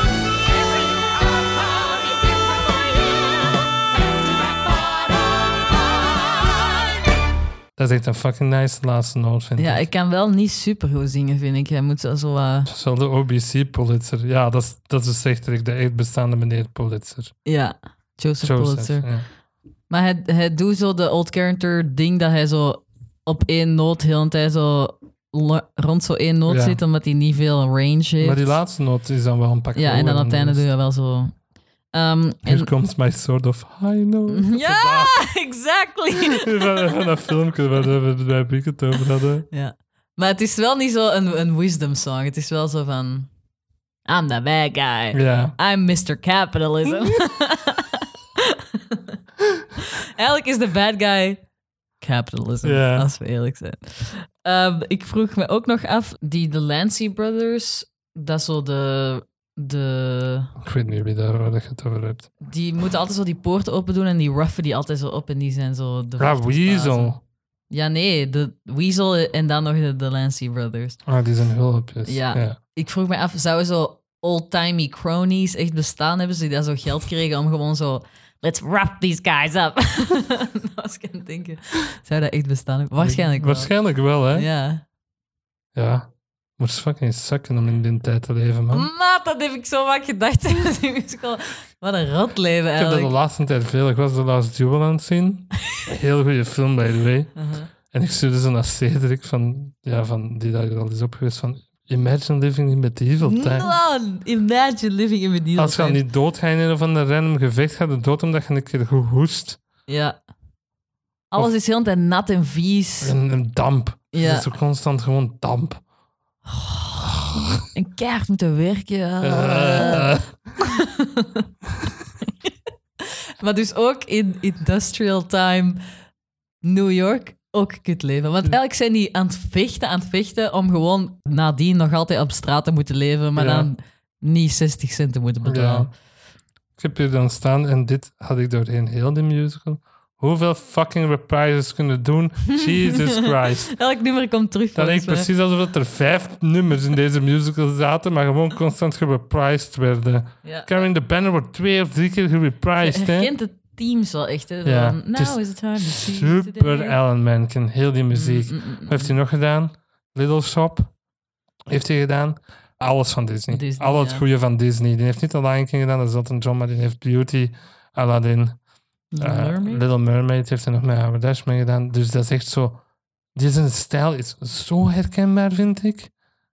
Dat is echt een fucking nice laatste noot, vind Ja, ik. ik kan wel niet super goed zingen, vind ik. Hij moet zo... Zo de OBC Pulitzer. Ja, dat is de slechterik, de echt bestaande meneer Pulitzer. ja, Joseph Pulitzer. Ja. Maar hij doet zo de old character ding dat hij zo op één noot heel de tijd zo rond zo één noot Ja. zit, omdat hij niet veel range heeft. Maar die laatste noot is dan wel een pak ja, en dan op het einde doe je wel zo... Here en- comes my sort of high note. ja, exactly. Van dat filmpje waar we het over hadden. Ja. Maar het is wel niet zo een wisdom song. Het is wel zo van... I'm the bad guy. Ja. I'm Mr. Capitalism. Eigenlijk is de bad guy capitalism, als we eerlijk zijn. Ik vroeg me ook nog af, die Delancey Brothers, dat is zo de... Ik weet niet wie daar het over hebt. Die moeten altijd zo die poorten open doen en die roughen die altijd zo op en die zijn zo... Weasel. Ja, nee, de Weasel en dan nog de Delancey Brothers. Die zijn hulpjes. Ja. Ik vroeg me af, zouden zo old-timey cronies echt bestaan hebben, ze die dat zo geld kregen om gewoon zo... Let's wrap these guys up. Dat was ik aan het denken. Zou dat echt bestaan hebben? Waarschijnlijk wel, hè? Ja. Ja. Maar het is fucking sukken om in die tijd te leven, man. Maat, dat heb ik zo vaak gedacht. Wat een rot leven, eigenlijk. Ik heb dat de laatste tijd veel. Ik was The Last Duel aan het zien. Heel goede film, by the way. En ik stuurde zo naar Cedric, van die daar al is op geweest, van Imagine living in medieval times. No, imagine living in medieval times. Als je al niet doodgaat in een of ander random gevecht, gaat je dood omdat je een keer goed hoest. Ja. Alles is heel de tijd nat en vies. En damp. Ja. Het is zo constant gewoon damp. En keihard moeten werken. Maar dus ook in industrial time New York ook kut leven. Want eigenlijk zijn die aan het vechten om gewoon nadien nog altijd op straat te moeten leven, maar dan niet 60 cent te moeten betalen. Ja. Ik heb hier dan staan en dit had ik doorheen heel de musical. Hoeveel fucking reprises kunnen doen? Jesus Christ. Elk nummer komt terug. Dat lijkt precies alsof er 5 nummers in deze musical zaten, maar gewoon constant gereprised werden. Ja. Carrying the Banner wordt 2 of 3 keer gereprised. Je herkent de teams wel echt. Hè? Ja, van, now is it time to see super Alan Menken, heel die muziek. Wat heeft hij nog gedaan? Little Shop heeft hij gedaan. Alles van Disney. Al het goede van Disney. Die heeft niet de Lion King gedaan, dat is Elton John, maar die heeft Beauty, Aladdin... Little Mermaid heeft er nog met Howard Dash mee gedaan. Dus dat is echt zo... Deze stijl is zo herkenbaar, vind ik.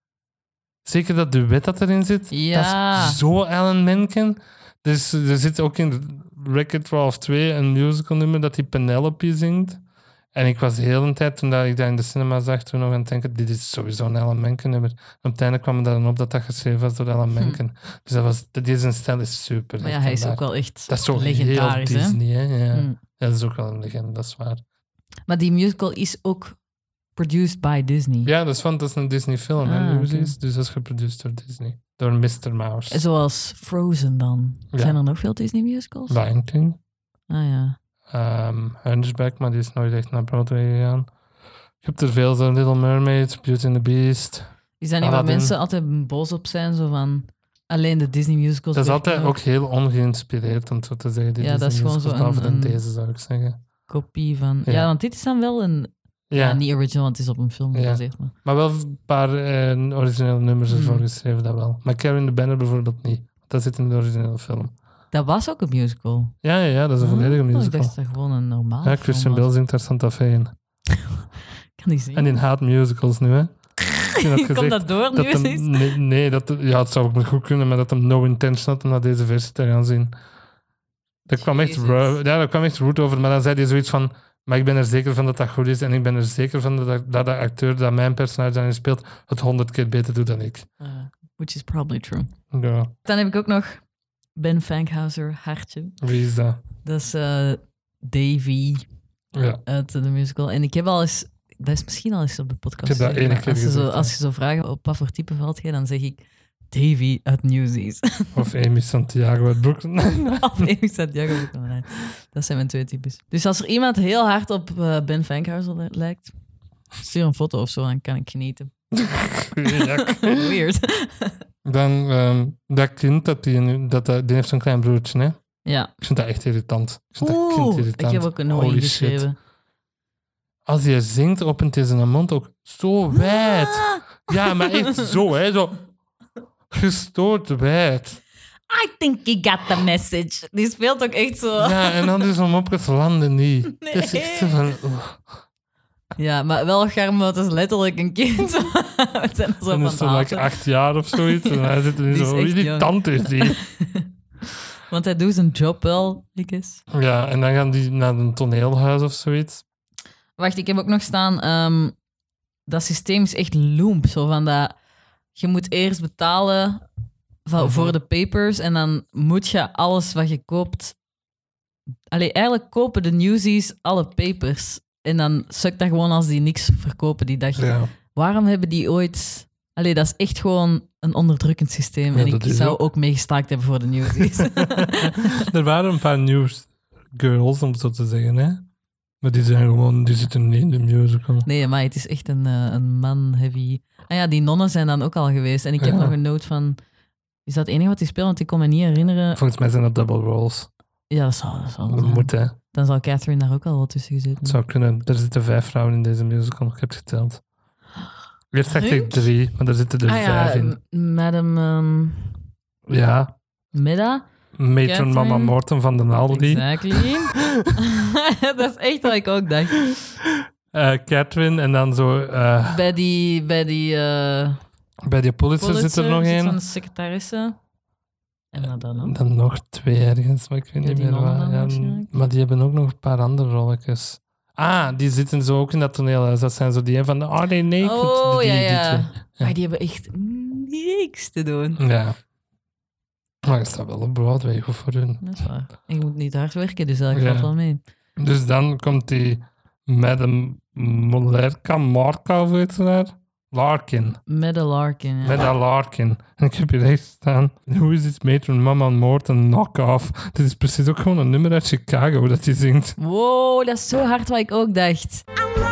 Zeker dat duet dat erin zit. Ja. Dat is zo Alan Menken. Dus er zit ook in Wreck-It Ralph 2 een musical nummer dat die Penelope zingt. En ik was de hele tijd, toen ik dat in de cinema zag, toen nog aan het denken, dit is sowieso een Alan Menken nummer. En op het einde kwam er dan op dat geschreven was door Alan Menken. Dus deze stijl is super. Maar ja, hij is ook wel echt dat is zo legendarisch. Heel Disney, hè? Ja. Ja, dat is ook wel een legende, dat is waar. Maar die musical is ook produced by Disney. Ja, dat is een Disney film, dus dat is geproduceerd door Disney. Door Mr. Mouse. Zoals Frozen dan. Ja. Zijn er nog veel Disney musicals? Lion King. Ah ja. Hunchback, maar die is nooit echt naar Broadway gegaan. Je hebt er veel, zo Little Mermaid, Beauty and the Beast. Is dat niet waar mensen altijd boos op zijn? Zo van, alleen de Disney musicals. Dat is altijd ook heel ongeïnspireerd, om zo te zeggen. Die ja, dat is gewoon zo een deze, zou ik zeggen. Kopie van... Ja, want dit is dan wel een... Ja, niet original, want het is op een film gebaseerd. Maar wel een paar originele nummers ervoor geschreven, dat wel. Maar Carrying the Banner bijvoorbeeld niet. Dat zit in de originele film. Dat was ook een musical. Ja, dat is een volledige musical. Ik dacht dat gewoon een normaal. Ja, Christian Bale zingt daar Santa Fe in. Kan niet zien. En die haat musicals nu, hè? Komt dat door nu eens? Nee, het zou ook goed kunnen, maar dat hem no intention had om naar deze versie te gaan zien. Dat kwam echt rude over, maar dan zei hij zoiets van, maar ik ben er zeker van dat dat goed is en ik ben er zeker van dat de acteur dat mijn personage daarin speelt het 100 keer beter doet dan ik. Which is probably true. Ja. Dan heb ik ook nog Ben Fankhauser, Hartje. Wie is dat? Dat is Davy uit de musical. En ik heb al eens... Dat is misschien al eens op de podcast. Ik heb dat ene keer gezegd. Als je zo vragen op wat voor type valt je, dan zeg ik Davy uit Newsies. Of Amy Santiago uit Brooklyn. Of Amy Santiago uit Brooklyn. Dat zijn mijn 2 types. Dus als er iemand heel hard op Ben Fankhauser lijkt, stuur een foto of zo, dan kan ik genieten. Weird. Dan dat kind, die heeft zo'n klein broertje, hè? Ja. Ik vind dat echt irritant. Ik heb ook een hooi geschreven. Als je zingt, opent hij zijn mond ook zo wijd. Ja, maar echt zo, hè. Zo gestoord wijd. I think you got the message. Die speelt ook echt zo. Ja, en dan is hem op het landen niet. Nee. Dat is echt zo van... Ja, maar wel charme, want het is letterlijk een kind. We zijn er zo dan is hij like 8 jaar of zoiets. En hij zit er zo... Irritant is die. Want hij doet zijn job wel, ik is. Ja, en dan gaan die naar een toneelhuis of zoiets. Wacht, ik heb ook nog staan... dat systeem is echt loemp. Zo van dat... Je moet eerst betalen voor de papers en dan moet je alles wat je koopt eigenlijk kopen de newsies alle papers. En dan sukt dat gewoon als die niks verkopen die dag. Ja. Waarom hebben die ooit... dat is echt gewoon een onderdrukkend systeem. Ja, en ik zou ook mee gestaakt hebben voor de newsies. Er waren een paar newsgirls, om het zo te zeggen, hè. Maar die zitten niet in de musical. Nee, maar het is echt een man-heavy... die nonnen zijn dan ook al geweest. En ik heb nog een note van... Is dat het enige wat die speelt? Want ik kon me niet herinneren... Volgens mij zijn dat double roles. Ja, dat zal Dat moet, hè. Dan zal Catherine daar ook al wat tussen gezeten. Het zou kunnen. Er zitten 5 vrouwen in deze musical. Ik heb het geteld. Eerst dacht ik 3, maar er zitten er 5 in. Madame... Ja. Midda? Matron Mama Morton van den Aldi. Exactly. Dat is echt wat ik ook dacht. Catherine en dan zo... Bij die Pulitzer zit er nog één. Van de secretaresse. En wat dan ook? Dan nog 2 ergens, maar ik weet niet meer waar. Ja, maar die hebben ook nog een paar andere rolletjes. Die zitten zo ook in dat toneelhuis. Dat zijn zo die van... Oh, nee, nee. Oh, ja. Maar die hebben echt niks te doen. Ja. Maar je staat wel op Broadway, goed voor hun. Dat is waar. En je moet niet hard werken, dus dat gaat wel mee. Dus dan komt die Madame Marca, of weet je daar? Larkin. Medda Larkin, ja. Medda Larkin. En ik heb hier echt staan... Hoe is dit Matron Mama Morton knock-off? Dit is precies ook gewoon een nummer uit Chicago dat hij zingt. Wow, dat is zo hard wat ik ook dacht.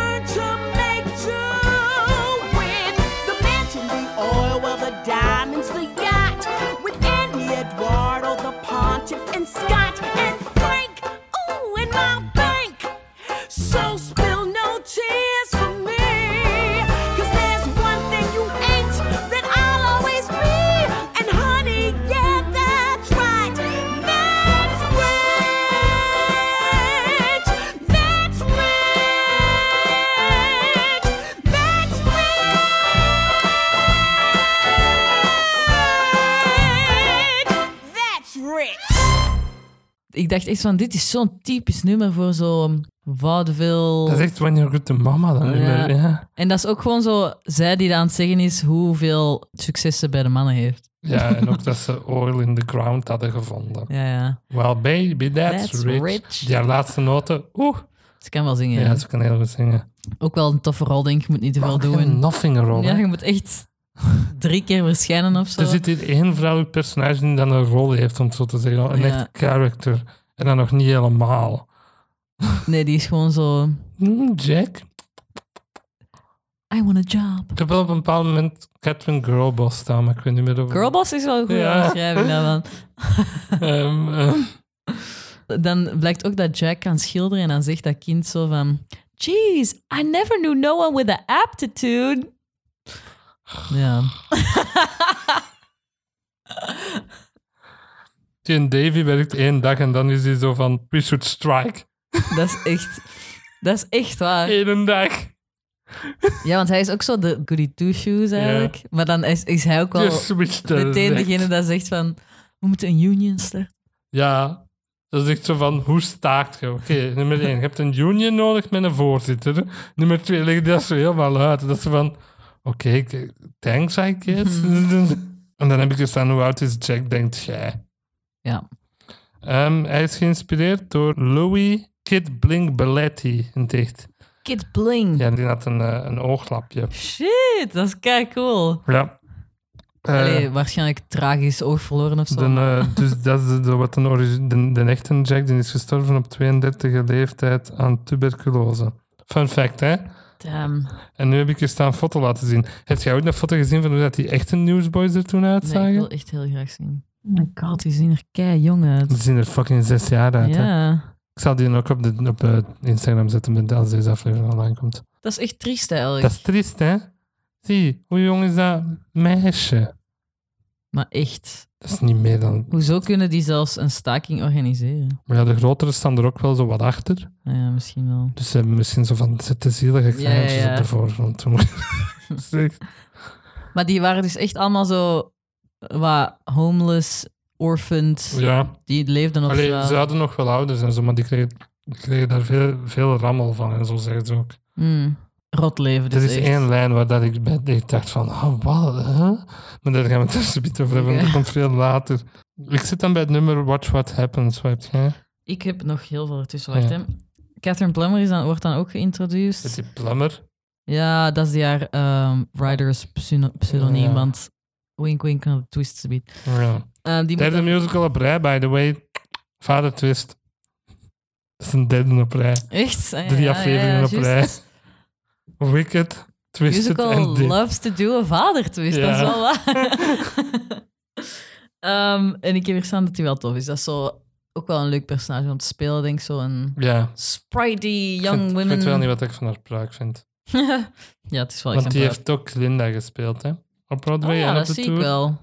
Ik dacht echt van, dit is zo'n typisch nummer voor zo'n vaudeville... Dat is echt When You're Good to Mama, dat nummer, ja. En dat is ook gewoon zo, zij die aan het zeggen is hoeveel succes ze bij de mannen heeft. Ja, en ook dat ze oil in the ground hadden gevonden. Ja. Well, baby, that's rich. Die haar laatste noten, Ze kan wel zingen. Ja, ze kan heel goed zingen. Ook wel een toffe rol, denk ik. Je moet niet te veel doen. Een noffingenrol, ja, je moet echt 3 keer verschijnen of zo. Er zit hier 1 vrouwelijk personage die dan een rol heeft, om het zo te zeggen. Een echt character. En dan nog niet helemaal. Nee, die is gewoon zo... Jack? I want a job. Ik heb wel op een bepaald moment Catherine Girlboss staan, maar ik weet niet meer over... Girlboss is wel een goede beschrijving daarvan. Dan blijkt ook dat Jack kan schilderen en dan zegt dat kind zo van... Jeez, I never knew no one with an aptitude. Ja. Die en Davy werkt 1 dag en dan is hij zo van... We should strike. Dat is echt waar. 1 dag. Ja, want hij is ook zo de goody two-shoes eigenlijk. Ja. Maar dan is hij ook wel meteen degene dat zegt van... We moeten een union starten. Ja, dat is echt zo van... Hoe staakt je? Oké, nummer 1. Je hebt een union nodig met een voorzitter. Nummer 2 legt dat zo helemaal uit. Dat is van... Oké, thanks, I guess. En dan heb ik gestaan, hoe oud is Jack, denkt jij? Ja. Hij is geïnspireerd door Louis Kid Bling Belletti in het echt. Kid Bling? Ja, die had een ooglapje. Shit, dat is kei cool. Ja. Waarschijnlijk tragisch oog verloren of zo. Dus dat is wat de echte Jack, die is gestorven op 32e leeftijd aan tuberculose. Fun fact, hè? Damn. En nu heb ik je staan een foto laten zien. Heb jij ook een foto gezien van hoe dat die echte Newsboys er toen uitzagen? Nee, ik wil echt heel graag zien. Oh my god, die zien er kei jong uit. Die zien er fucking 6 jaar uit, ja. Hè? Ik zal die ook op Instagram zetten als deze aflevering online komt. Dat is echt triest eigenlijk. Dat is triest, hè? Zie, hoe jong is dat meisje? Maar echt. Dat is niet meer dan... Hoezo kunnen die zelfs een staking organiseren? Maar ja, de grotere staan er ook wel zo wat achter. Ja, misschien wel. Dus ze hebben misschien zo van de zielige kleintjes op de voorgrond. Maar die waren dus echt allemaal zo... wat homeless, orphaned. Ja. Die leefden op straat. Ze hadden nog wel ouders en zo, maar die kregen daar veel rammel van en zo, zeggen ze ook. Rot leven. Dus er is echt 1 lijn waar dat ik dacht van, wat? Huh? Maar daar gaan we het dus een beetje over hebben, dat komt veel later. Ik zit dan bij het nummer Watch What Happens, wat heb jij? Ik heb nog heel veel ertussen. Wacht, hè. Catherine Plummer wordt dan ook geïntroduceerd. Is die Plummer? Ja, dat is die haar writers pseudoniem, want wink wink naar de twist biedt. Ja. Derde musical op rij, by the way. Vader Twist. Dat is een derde op rij. Echt? 3 afleveringen op rij. Wicked, Twisted musical en dit. loves to do a vader twist, dat is wel waar. En ik heb hier staan dat hij wel tof is. Dat is zo ook wel een leuk personage om te spelen, denk ik. Zo'n spritey young woman. Ik weet wel niet wat ik van haar pruik vind. Ja, het is wel want die heeft ook Linda gespeeld, hè? Op Broadway en op de tour. dat zie ik wel.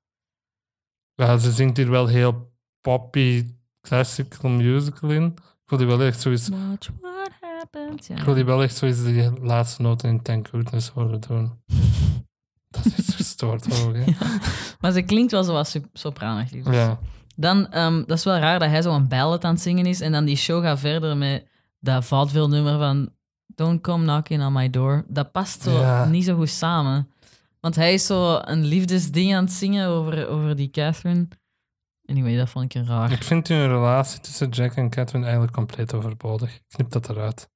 Ja, ze zingt hier wel heel poppy, classical musical in. Ik wil die wel echt zoiets... Watch what happens. Ja. Ik wil die wel echt zoiets die laatste noten in Thank Goodness horen doen. Dat is gestoord hoor, hè? Ja. Maar ze klinkt wel zoals sopranig. Dus. Ja. Dan, dat is wel raar dat hij zo een ballad aan het zingen is en dan die show gaat verder met dat vaudeville nummer van Don't Come Knocking on My Door. Dat past zo niet zo goed samen. Want hij is zo een liefdesding aan het zingen over die Catherine. Anyway, dat vond ik raar. Ik vind hun relatie tussen Jack en Catherine eigenlijk compleet overbodig. Knip dat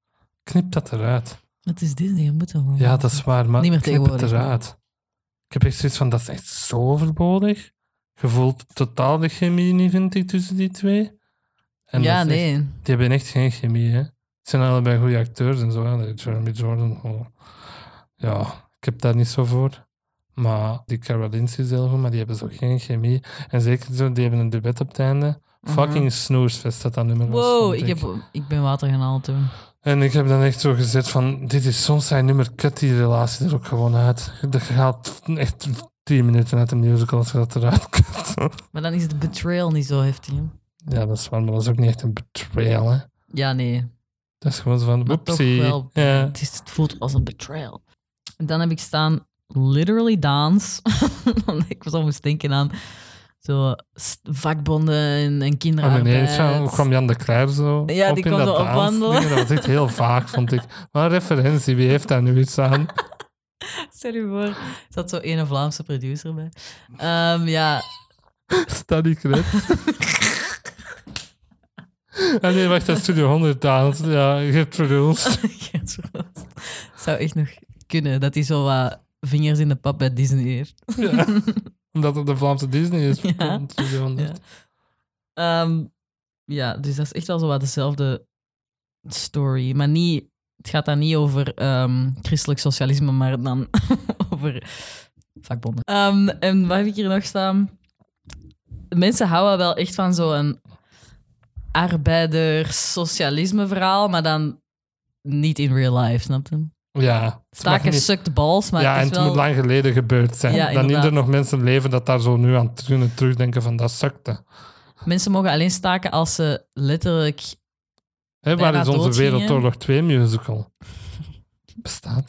eruit. Wat is dit? Je moet wel. Ja, dat is waar, maar niet meer knip het eruit. Ik heb echt zoiets van, dat is echt zo overbodig. Je voelt totaal de chemie niet, vind ik, tussen die twee. En nee. Die hebben echt geen chemie, hè. Het zijn allebei goede acteurs en zo. Hè. Jeremy Jordan. Oh. Ja, ik heb daar niet zo voor. Maar die Carolines is heel goed, maar die hebben zo geen chemie. En zeker zo, die hebben een duet op het einde. Fucking Snoersfest, dat nummer was. Wow, ik ben water gaan halen toen. En ik heb dan echt zo gezegd van, dit is soms zijn nummer, cut die relatie er ook gewoon uit. Dat gaat echt 10 minuten uit de musical als je dat eruit kunt. Maar dan is het betrayal niet zo heftig. Ja, dat is waar, maar dat is ook niet echt een betrayal, hè. Ja, nee. Dat is gewoon zo van, oepsie. Wel, het voelt als een betrayal. En dan heb ik staan literally dance. Ik was al moest denken aan zo vakbonden en kinderarbeid. Hoe kwam Jan de Cler zo ja, op die in kwam dat zo opwandelen. Dat was echt heel vaag, vond ik. Maar een referentie, wie heeft daar nu iets aan? Stel je voor, er zat zo een Vlaamse producer bij. Ja. Study Cred. Nee, wacht, dat Studio 100 aan. Ja, Gert Verhulst. Zou echt nog kunnen, dat hij zo wat vingers in de pap bij Disney heeft. Ja, omdat het de Vlaamse Disney is. Ja. Studio 100. Ja, dus dat is echt wel zo wat dezelfde story. Maar niet, het gaat dan niet over christelijk socialisme, maar dan over vakbonden. En wat heb ik hier nog staan? Mensen houden wel echt van zo'n arbeider-socialisme verhaal, maar dan niet in real life, snap je? Ja. Staken sukt balls, maar ja, het is en het wel... moet lang geleden gebeurd zijn. Ja, dan niet er nog mensen leven dat daar zo nu aan kunnen terugdenken van dat sukte. Mensen mogen alleen staken als ze letterlijk... Waar is onze Wereldoorlog 2 musical? Bestaat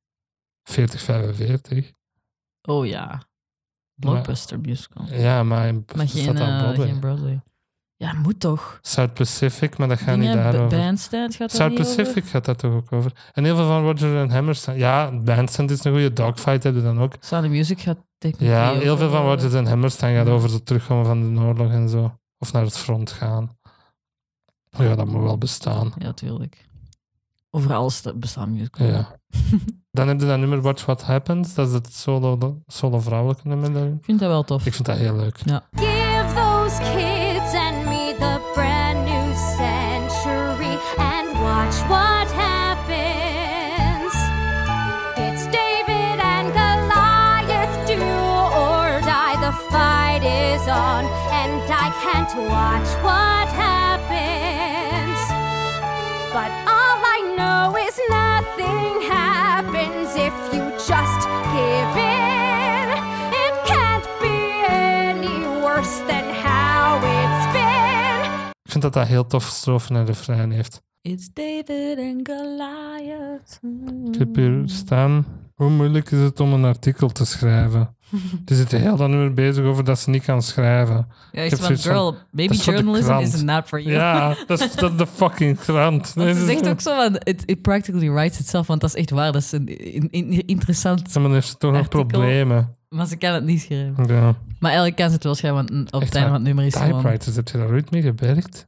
40-45. Oh ja. Blockbuster musical. Ja, maar geen Broadway. Ja, moet toch. South Pacific, maar dat gaat niet daarover. Bandstand gaat South Pacific over? gaat dat toch ook over. En heel veel van Roger en Hammerstein. Ja, Bandstand is een goede. Dogfight hebben dan ook. Sound of Music gaat technisch. Ja, heel veel van Roger en Hammerstein gaat over het terugkomen van de oorlog en zo. Of naar het front gaan. Ja, dat moet wel bestaan. Ja, tuurlijk. Over alles bestaan musicals. Ja. Dan heb je dat nummer Watch What Happens. Dat is het solo vrouwelijke nummer daarin. Ik vind dat wel tof. Ik vind dat heel leuk. Ja. Give those kids and me the brand new century and watch what happens. It's David and Goliath, do or die. The fight is on and I can't watch what happens. But all I know is nothing happens if you just give in. It can't be any worse than how it's been. Ik vind dat dat heel tof strofen en refrein heeft. It's David and Goliath. Ik heb hier staan. Hoe moeilijk is het om een artikel te schrijven? Die zitten heel dan nu bezig over dat ze niet kan schrijven. Ja, ik zeg girl, maybe journalism is not for you. Ja, dat is de fucking krant. Want ze zegt ook zo van, it practically writes itself, want dat is echt waar. Dat is een interessant maar heeft toch nog problemen. Maar ze kan het niet schrijven. Ja. Maar eigenlijk kan ze het wel schrijven, want op het einde van het nummer is gewoon... Typewriters, heb je daar ooit mee gewerkt?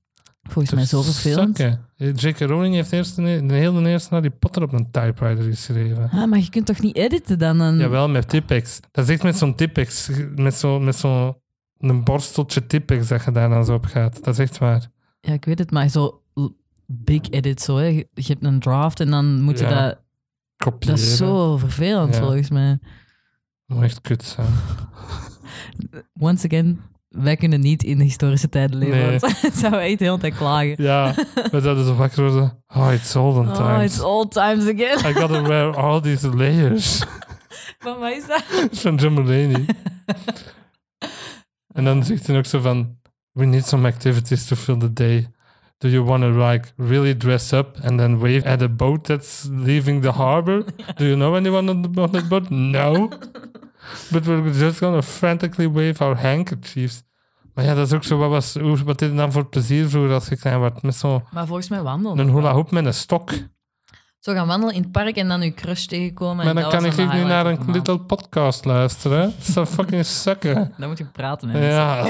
Volgens mij zo vervelend. J.K. Rowling heeft eerst de hele eerste Harry Potter op een typewriter geschreven. Maar je kunt toch niet editen dan? Jawel, met Tipex. Dat is echt met zo'n Tipex. Met zo'n borsteltje Tipex dat je daar dan zo op gaat. Dat is echt waar. Ja, ik weet het, maar zo big edit zo. Hè. Je hebt een draft en dan moet je dat... Kopiëren. Dat is zo vervelend volgens mij. Moet echt kut zijn. Once again, wij kunnen niet in de historische tijden leven. Nee. Want dan zouden we echt de hele tijd klagen. Ja, we zouden zo wakker worden. Oh, it's olden times. Oh, it's old times again. I gotta wear all these layers. Van wat is dat? Van John Mulaney. En dan zegt hij ook zo van... We need some activities to fill the day. Do you want to like really dress up and then wave at a boat that's leaving the harbor? Do you know anyone on that boat? No. But we're just gonna frantically wave our handkerchiefs. Maar ja, dat is ook zo... Wat deed je dan voor plezier vroeger als je klein werd? Met zo'n... Maar volgens mij wandelen. Een hula hoop met een stok. Zo gaan wandelen in het park en dan je crush tegenkomen. Maar dan kan ik niet naar een little podcast luisteren. Dat zou fucking sukken. Dan moet je praten met Ja.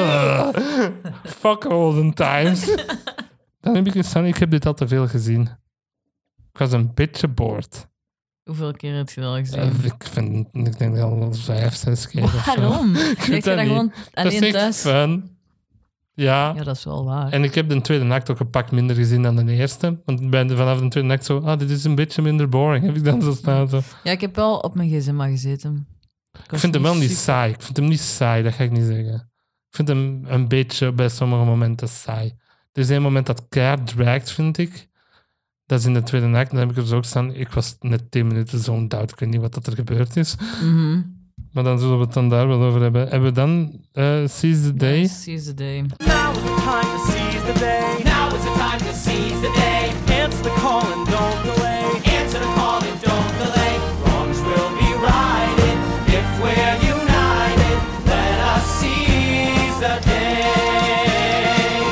Fuck olden times. Dan heb ik gestaan, ik heb dit al te veel gezien. Ik was een beetje bored. Hoeveel keer heb je dat al gezien? Ik denk wel 5, 6 keer. Waarom? Ik weet je dat dat gewoon niet. alleen Dat is echt thuis? fun. Ja. Ja, dat is wel waar. En ik heb de tweede act ook een pak minder gezien dan de eerste. Want vanaf de tweede act zo... dit is een beetje minder boring. Heb ik dan zo staan. Zo. Ja, ik heb wel op mijn gsm gezeten. Ik vind hem wel niet saai. Ik vind hem niet saai, dat ga ik niet zeggen. Ik vind hem een beetje bij sommige momenten saai. Er is één moment dat keihard draagt, vind ik. Dat is in de tweede act. Dan heb ik er zo ook staan. Ik was net 10 minuten zo'n doubt. Ik weet niet wat er gebeurd is. Mm-hmm. Maar dan zullen we het dan daar wel over hebben. Hebben we dan Seize the Day? Yes, seize the day. Now is the time to seize the day. Now is the time to seize the day. Answer the call and don't delay. Answer the call and don't delay. Wrongs will be righted if we're united. Let us seize the day.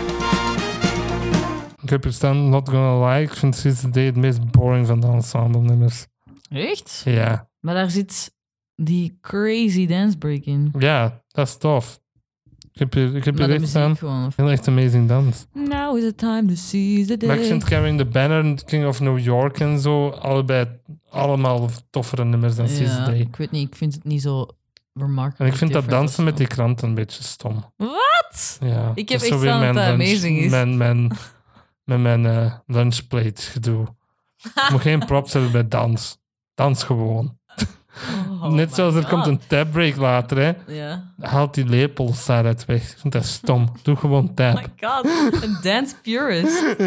Ik heb hier staan, not gonna lie. Ik vind Seize the Day het meest boring van de ensemble nummers. Echt? Ja. Maar daar zit die crazy dance break in. Ja, dat is tof. Ik heb hier Maar de echt staan. muziek gewoon. Heel echt amazing dans. Now is the time to seize the day. Maar ik vind Carrying the Banner en King of New York en zo allemaal toffere nummers dan Seize the Day. Ik weet niet, ik vind het niet zo remarkable. En ik vind dat dansen met die krant een beetje stom. Wat? Ja, Ik heb dat is echt zo weer staan dat dat amazing is. Met mijn lunchplate gedoe. Ik moet geen props hebben bij dans. Dans gewoon. Oh Net my zoals er God. komt een tabbreak later, hè. Ja. Haalt die lepels daaruit weg. Ik vind dat stom. Doe gewoon tab. Oh my god, een dance purist.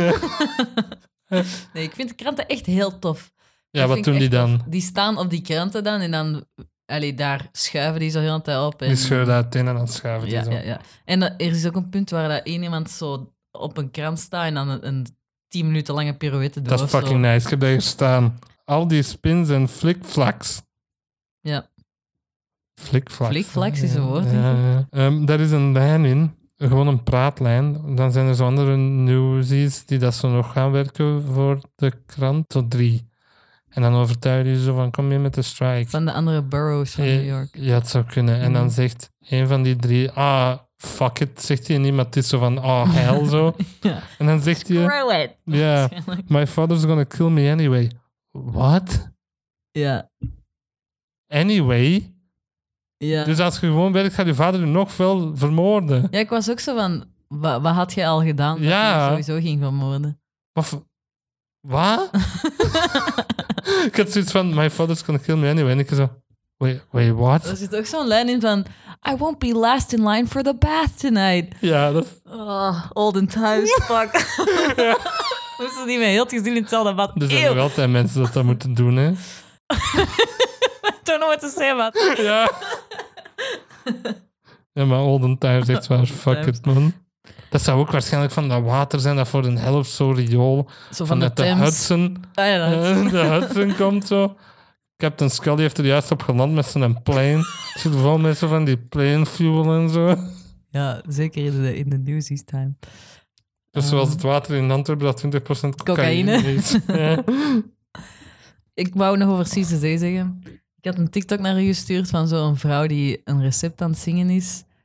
Nee, ik vind de kranten echt heel tof. Ja, Dat wat vind ik doen die echt dan? tof. Die staan op die kranten dan en dan... daar schuiven die zo heel de tijd op. En, Die scheuren uit in en dan schuiven die ja, zo. ja, ja. En er is ook een punt waar dat één iemand zo op een krant staat en dan een 10 minuten lange pirouette doet. Dat is of zo. fucking nice. Ik heb daar hier staan. Al die spins en flikflaks. Ja. Flikflaks. Flikflaks is een woord, denk Ja, ja. Daar is een lijn in. Gewoon een praatlijn. Dan zijn er zo andere newsies die dat zo nog gaan werken voor de krant. Tot 3. En dan overtuig je zo van, kom je met de strike. Van de andere boroughs van New York. Ja, het zou kunnen. En dan zegt een van die 3, fuck it, zegt hij niet, maar het is zo van, hell, zo. Ja. En dan zegt hij, Screw it. ja, Waarschijnlijk. my father's gonna kill me anyway. What? Ja. Anyway? Ja. Dus als je gewoon werkt, gaat je vader je nog veel vermoorden. Ja, ik was ook zo van... Wat had jij al gedaan dat Ja. je sowieso ging vermoorden? Wat? Ik had zoiets van, my father's gonna kill me anyway. En ik zo, wait, what? Er zit ook zo'n lijn in van... I won't be last in line for the bath tonight. Ja, dat is... Oh, olden times, fuck. Moesten die met heel het gezin in hetzelfde bad? Er zijn nog altijd mensen dat moeten doen, hè. I don't know what to say about that. Ja. Ja, maar olden times, echt waar, fuck it, man. Dat zou ook waarschijnlijk van dat water zijn dat voor een helft zo riool Zo van de vanuit de Thames. Hudson. Ah, ja, dat. De Hudson komt zo. Captain Scully heeft er juist op geland met zijn plane. Het zit vol met zo van die plane fuel en zo. Ja, zeker in de newsies time. Dus zoals het water in Antwerpen dat 20% cocaïne Cocaïne. is. Ja. Ik wou nog over Seize the Day zeggen. Ik had een TikTok naar u gestuurd van zo'n vrouw die een recept aan het zingen is.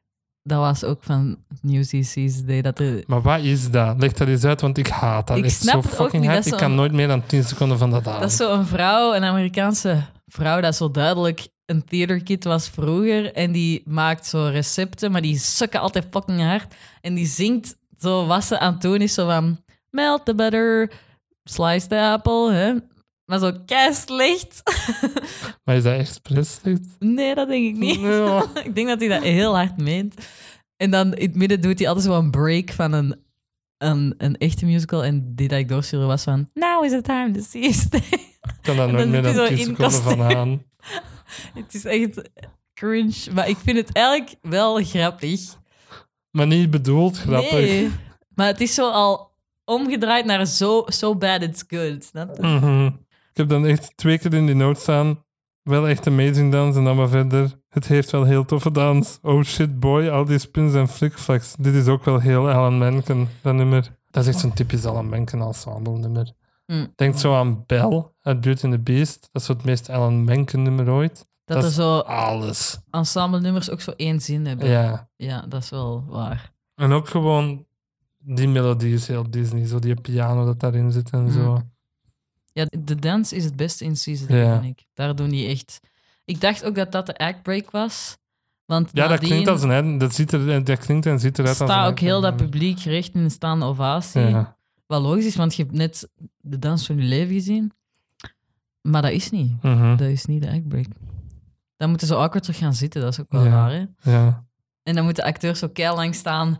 Dat was ook van Newsies Day. Maar wat is dat? Leg dat eens uit, want ik haat dat. Ik echt snap zo het ook fucking niet, hard. dat Ik zo- kan nooit meer dan 10 seconden van dat aan. Dat is zo'n vrouw, een Amerikaanse vrouw, dat zo duidelijk een theaterkid was vroeger. En die maakt zo recepten, maar die sukken altijd fucking hard. En die zingt zo wat ze aan het doen is, zo van... Melt the butter, slice the apple, hè. Maar zo kei slecht. Maar is dat expres slecht? Nee, dat denk ik niet. Ja. Ik denk dat hij dat heel hard meent. En dan in het midden doet hij altijd zo een break van een echte musical. En die dat ik doorstuurde was van... Now is the time to see you stay. Ik kan daar En nooit dan meer zit dan hij 10 zo in seconden van kostuum. aan. Het is echt cringe. Maar ik vind het eigenlijk wel grappig. Maar niet bedoeld grappig. Nee. Maar het is zo al omgedraaid naar so bad it's good. Snap je? Mhm. Ik heb dan echt 2 keer in die noot staan. Wel echt amazing dans en dan maar verder. Het heeft wel heel toffe dans. Oh shit boy, al die spins en flikflaks. Dit is ook wel heel Alan Menken, dat nummer. Dat is echt zo'n typisch Alan Menken ensemble nummer. Denk zo aan Belle uit Beauty and the Beast. Dat is zo het meest Alan Menken nummer ooit. Dat er is zo alles. ensemble nummers ook zo 1 zin hebben. Ja. Ja, dat is wel waar. En ook gewoon die melodie is heel Disney. Zo die piano dat daarin zit en zo. Ja, de dance is het beste in season 3, Ja. vind ik. Daar doen die echt... Ik dacht ook dat dat de act break was. Want Ja, dat nadien klinkt als een... Dat klinkt en ziet eruit als een... staat ook heel dat publiek recht in een staande ovatie. Ja. Wat logisch is, want je hebt net de dans van je leven gezien. Maar dat is niet. Mhm. Dat is niet de act break. Dan moeten ze awkward terug gaan zitten. Dat is ook wel Ja. raar, hè? Ja. En dan moeten acteurs zo keilang staan.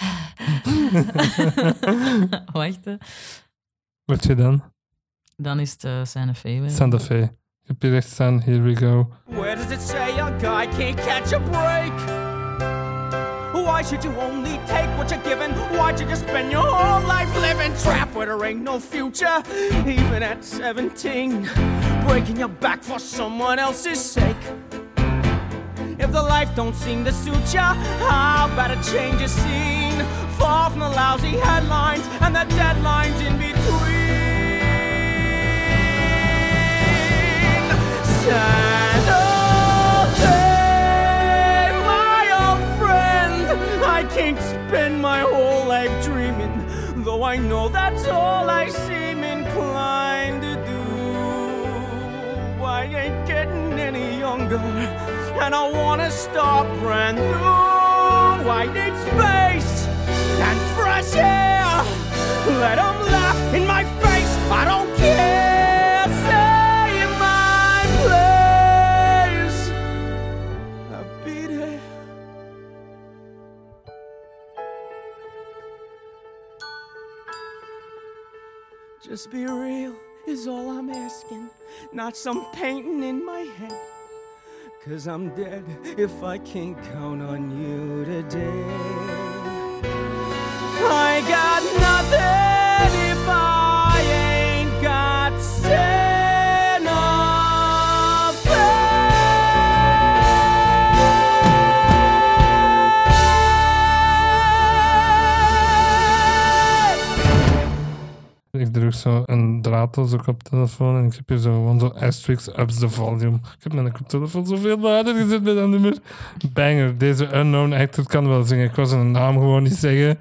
Wachten. Wat je dan? Dan is het Santa Fe weer. Santa Fe. Ik heb hier recht staan. Here we go. Where does it say a guy can't catch a break? Why should you only take what you're given? Why should you spend your whole life living trapped where there ain't no future? Even at 17, breaking your back for someone else's sake. If the life don't seem to suit ya, how about a change of scene? Far from the lousy headlines and the deadlines in between. Santa Fe, my old friend, I can't spend my whole life dreaming, though I know that's all I seem inclined to do. I ain't getting any younger, and I wanna start brand new. I need space and fresh air. Let 'em laugh in my face, I don't care. Stay in my place, I'll be there. Just be real is all I'm asking, not some painting in my head. 'Cause I'm dead if I can't count on you today. I got nothing if I ain't got Santa Fe. Ik droeg zo een draadloos ook op telefoon en ik heb hier zo gewoon zo asterisk ups the volume. Ik heb mijn koptelefoon zoveel harder gezet bij dat nummer. Banger. Deze unknown actor kan wel zingen. Ik was zijn naam gewoon niet zeggen.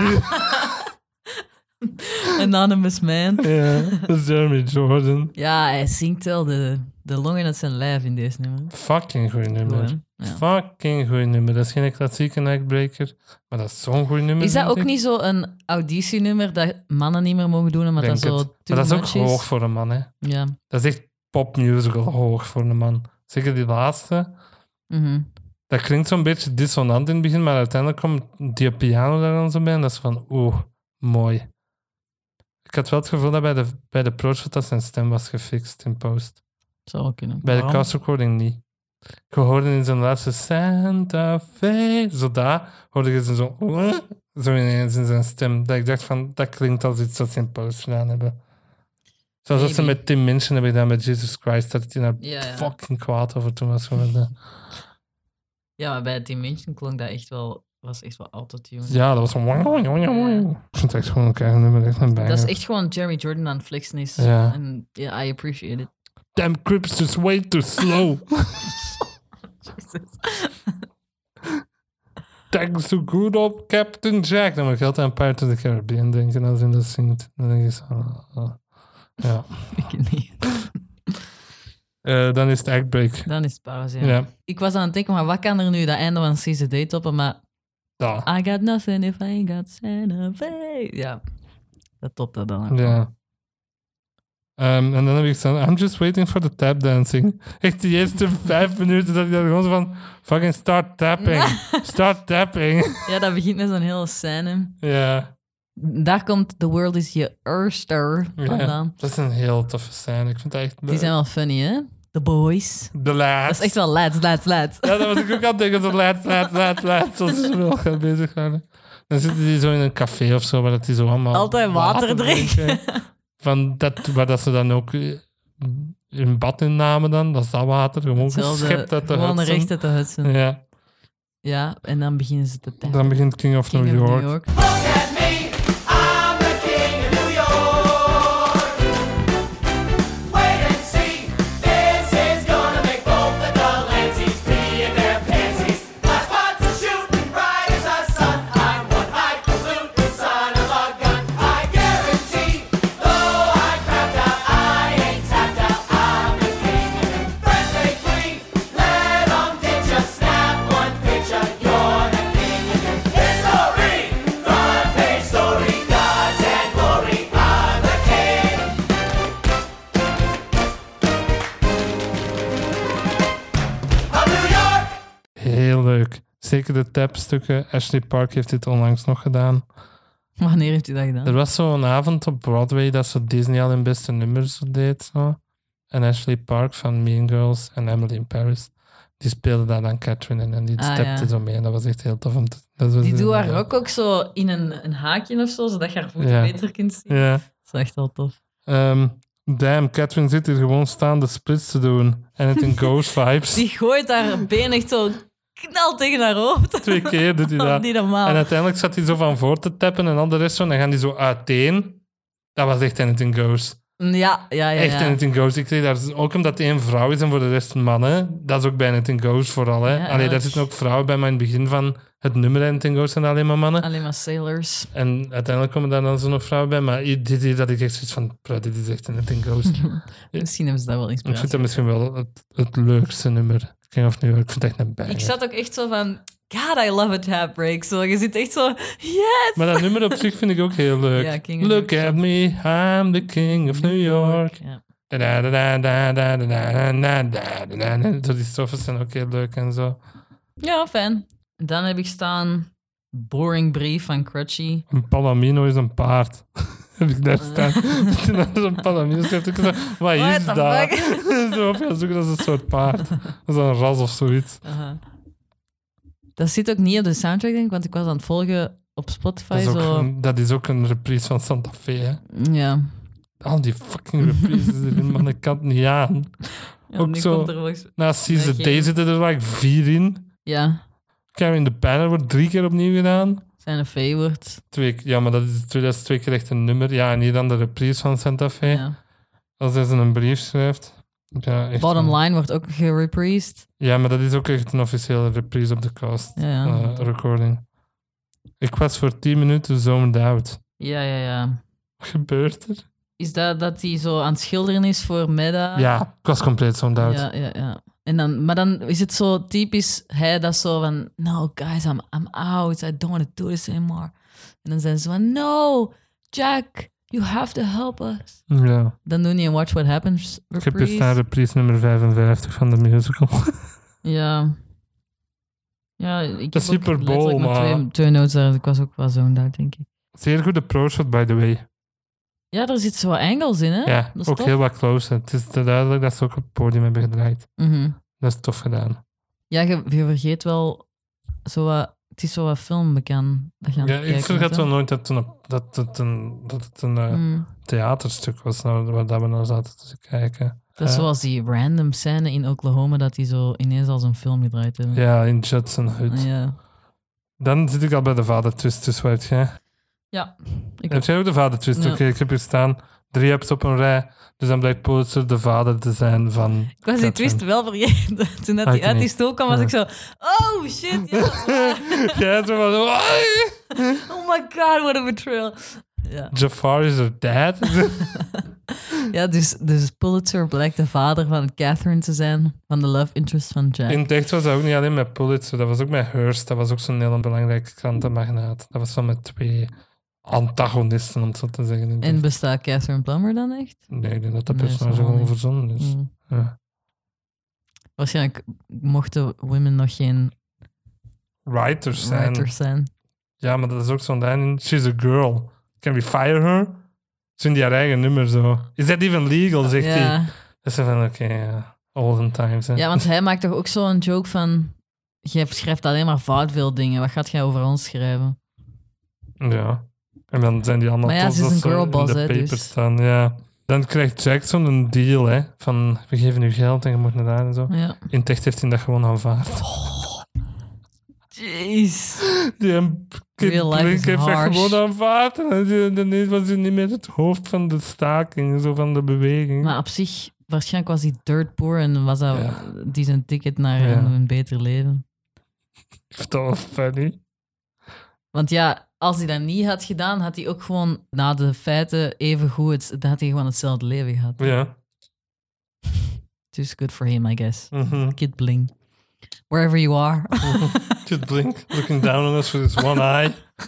Anonymous man. Ja, dat is Jeremy Jordan. Ja, hij zingt wel de longen uit zijn lijf in deze nummer. Fucking goed nummer. Gewoon, ja. Fucking goed nummer. Dat is geen klassieke neckbreaker, maar dat is zo'n goed nummer. Is dat vind ook ik. niet zo een auditienummer dat mannen niet meer mogen doen, omdat Denk dat zo het. too Maar dat is ook much hoog voor een man, hè. Ja. Dat is echt popmusical hoog voor een man. Zeker die laatste. Mhm. Dat klinkt zo'n beetje dissonant in het begin, maar uiteindelijk komt die piano daar dan zo bij en dat is van, mooi. Ik had wel het gevoel dat bij de pro-shot dat zijn stem was gefixt in post. Zou ook kunnen. Bij de Waarom? cast recording niet. Ik hoorde in zijn laatste Santa Fe, zo daar, hoorde je zo ineens in zijn stem, dat ik dacht van, dat klinkt als iets dat ze in post gedaan hebben. Zoals als ze Maybe. met Tim Minchin hebben gedaan met Jesus Christ, dat hij daar Ja, ja. fucking kwaad over toen was geworden. Ja, maar bij Dimension klonk dat echt wel, was echt wel autotune. Ja, dat was van... Ik vind het echt gewoon een klein nummer, echt een banger. Dat is echt gewoon Jeremy Jordan aan het flexen is. Ja. En ja, I appreciate it. Damn Crips just way too slow. thanks to good old Captain Jack. Dan moet ik altijd aan Pirates of the Caribbean denken als hij dat zingt. Dan denk ik zo... ja. Ik niet. Dan is het Act-Break. Dan is het pauze, Ja. Ik was aan het denken, maar wat kan er nu dat einde van Seize the Day toppen? Maar Ja. I got nothing if I ain't got Santa Fe. Ja, dat topt dat dan. Ja. En dan heb ik staan, I'm just waiting for the tap dancing. Echt de eerste 5 minuten dat ik daar gewoon zo van, fucking start tapping. Start tapping. Ja, dat begint met zo'n hele scène. Ja. Daar komt The World is Your Oyster vandaan. Dat is een heel toffe scène. Ik vind het echt leuk. Die zijn wel funny, hè? The Boys. De lads. Dat is echt wel lads. Ja, dat was ik ook aan het denken. Zo lads. Dat is wel gaan bezig waren. Dan zitten die zo in een café of zo, waar dat die zo allemaal... Altijd water drinken. Van dat, waar dat ze dan ook in bad innamen dan. Dat is dat water. Gewoon geschept uit de gewoon Hudson. recht uit de Hudson. Ja. Ja, en dan beginnen ze te tappen. Dan begint King of New York. Look at me, I'm the king of New York. Wait and see, this is gonna make both of the Lancys pee in their panties. My spots are shooting bright as the sun. I'm one highfalutin son of a gun. I guarantee, though I crapped out, I ain't tapped out. I'm the king of New York. Friends make free, let 'em ditch ya. Snap one picture, you're the king of New York. History, front page story, gods and glory, I'm the king of New York. Heel leuk. Zeker de tapstukken. Ashley Park heeft dit onlangs nog gedaan. Wanneer heeft u dat gedaan? Er was zo'n avond op Broadway dat zo Disney al hun beste nummers deed. Zo. En Ashley Park van Mean Girls en Emily in Paris, die speelde daar dan Catherine in en die stepte zo mee. En dat was echt heel tof. Die doet haar rok ook zo in een haakje of zo, zodat je haar voeten beter kunt zien. Ja. Dat is echt wel tof. Damn, Catherine zit hier gewoon staande splits te doen. En het in Ghost vibes. Die gooit haar been echt zo knal tegen haar hoofd. 2 keer doet hij dat. Niet normaal. En uiteindelijk zat hij zo van voor te tappen en al de rest zo. En dan gaan die zo uiteen. Dat was echt Anything Goes. Ja. Echt Anything Goes. Ik kreeg daar ook omdat het één vrouw is en voor de rest mannen. Dat is ook bij Anything Goes vooral. Hè. Ja, Allee, daar zitten ook vrouwen bij, maar in het begin van het nummer Anything Goes zijn alleen maar mannen. Alleen maar sailors. En uiteindelijk komen daar dan zo nog vrouwen bij. Maar dit hier dat ik echt zoiets van, bro, dit is echt Anything Goes. Misschien hebben ze daar wel Ik inspiratie. vind dat misschien wel het leukste nummer. King of New York. Ik vind het echt een banger. Ik zat ook echt zo van... God, I love a tap break. Zo, je zit echt zo... Yes! Maar dat nummer op zich vind ik ook heel leuk. Ja, King of Look New York. at me, I'm the king of New York. Ja. Zo die stoffen zijn ook heel leuk en zo. Ja, fijn. Dan heb ik staan... Boring brief van Crutchy. Een Palomino is een paard. Heb ik daar staan. Dat is een Palomino. Wat What is the dat? fuck? Zo op gaan zoeken, dat is een soort paard. Dat is een ras of zoiets. Dat zit ook niet op de soundtrack, denk ik, want ik was aan het volgen op Spotify. Dat is ook een reprise van Santa Fe, hè. Ja. Al die fucking reprises erin, man. Ik kan het niet aan. Ja, Ook nu zo. komt er volgens- Na Seize the geen- Day zitten er like 4 in. Ja. Carrying the Banner wordt 3 keer opnieuw gedaan. Zijn favorite. Ja, maar dat is 2 keer echt een nummer. Ja, en hier dan de reprise van Santa Fe. Ja. Als hij ze een brief schrijft. Ja, echt Bottom een- Line wordt ook gereprised. Ja, maar dat is ook echt een officiële reprise op de cast. Ja. Recording. Ik was voor 10 minuten zoned out. Ja. Wat gebeurt er? Is dat hij zo aan het schilderen is voor Meda? Ja, ik was compleet zoned out. Ja. En maar dan is het zo typisch hij dat zo van... No, guys, I'm out. I don't want to do this anymore. En dan zijn ze van... No, Jack, you have to help us. Ja. Dan doen die een Watch What Happens Ik heb hier reprise. staan reprise nummer 55 van de musical. Ja. Ja, ik Dat is heb ook Super Bowl, letterlijk maar maar- twee notes daar. Ik was ook wel zo'n daar, denk ik. Zeer goede pro-shot, by the way. Ja, er zit zo wat angles in, hè? Ja, Dat is ook tof. heel wat close. Het is te duidelijk dat ze ook op het podium hebben gedraaid. Mhm. Dat is tof gedaan. Ja, je vergeet wel... Zo wat, het is zo wat filmbekend. Dat je aan Ja, het ik kijken vergeet bent, wel hè. nooit dat het een Mm. theaterstuk was waar dat we naar zaten te kijken. Dat is zoals die random scène in Oklahoma dat die zo ineens als een film gedraaid hebben. Ja, in Judson Hut. Ja. Dan zit ik al bij de vadertwist, dus weet jij. Ja. Heb jij ook de vadertwist? Ja. Oké, ik heb hier staan 3 apps op een rij. Dus dan blijkt Pulitzer de vader te zijn van... Ik was die twist wel vergeten. Toen dat hij uit die stoel kwam, was ik zo... Oh, shit, ja. Jij zo van... Oh my god, what a betrayal. Ja, Jafar is her dad. ja dus Pulitzer blijkt de vader van Catherine te zijn. Van de love interest van Jack. In het echt was dat ook niet alleen met Pulitzer. Dat was ook met Hearst. Dat was ook zo'n heel belangrijke krantenmagnaat. Dat was van met 2 antagonisten, om het zo te zeggen. En bestaat Catherine Plummer dan echt? Nee, ik denk dat dat Nee, personage zal gewoon niet. verzonnen is. Ja. Waarschijnlijk mochten women nog geen Writers zijn. writers zijn. Ja, maar dat is ook zo'n lijn. She's a girl. Can we fire her? Ze in die haar eigen nummer zo. Is that even legal, zegt hij. Ja. Dat is van, oké, olden times. Hè. Ja, want hij maakt toch ook zo'n joke van... Jij schrijft alleen maar fout veel dingen. Wat gaat jij over ons schrijven? Ja. En dan zijn die allemaal Maar ja, trots ze is dat een ze girlboss, in de hè, papers dus. staan. Ja. Dan krijgt Jackson een deal, hè. Van, we geven u geld en je moet naar daar en zo. Ja. In het echt heeft hij dat gewoon aanvaard. Jeez. Die Kid Real life Blink is heeft dat harsh. gewoon aanvaard. En ineens was hij niet meer het hoofd van de staking, zo van de beweging. Maar op zich, waarschijnlijk was hij dirt poor en was dat Ja. die zijn ticket naar Ja. een beter leven. Ik vind dat wel funny. Want ja, als hij dat niet had gedaan, had hij ook gewoon na de feiten even goed, dan had hij gewoon hetzelfde leven gehad. Ja. Dus good for him, I guess. Mhm. Kid Bling. Wherever you are. Kid Blink looking down on us with his one eye.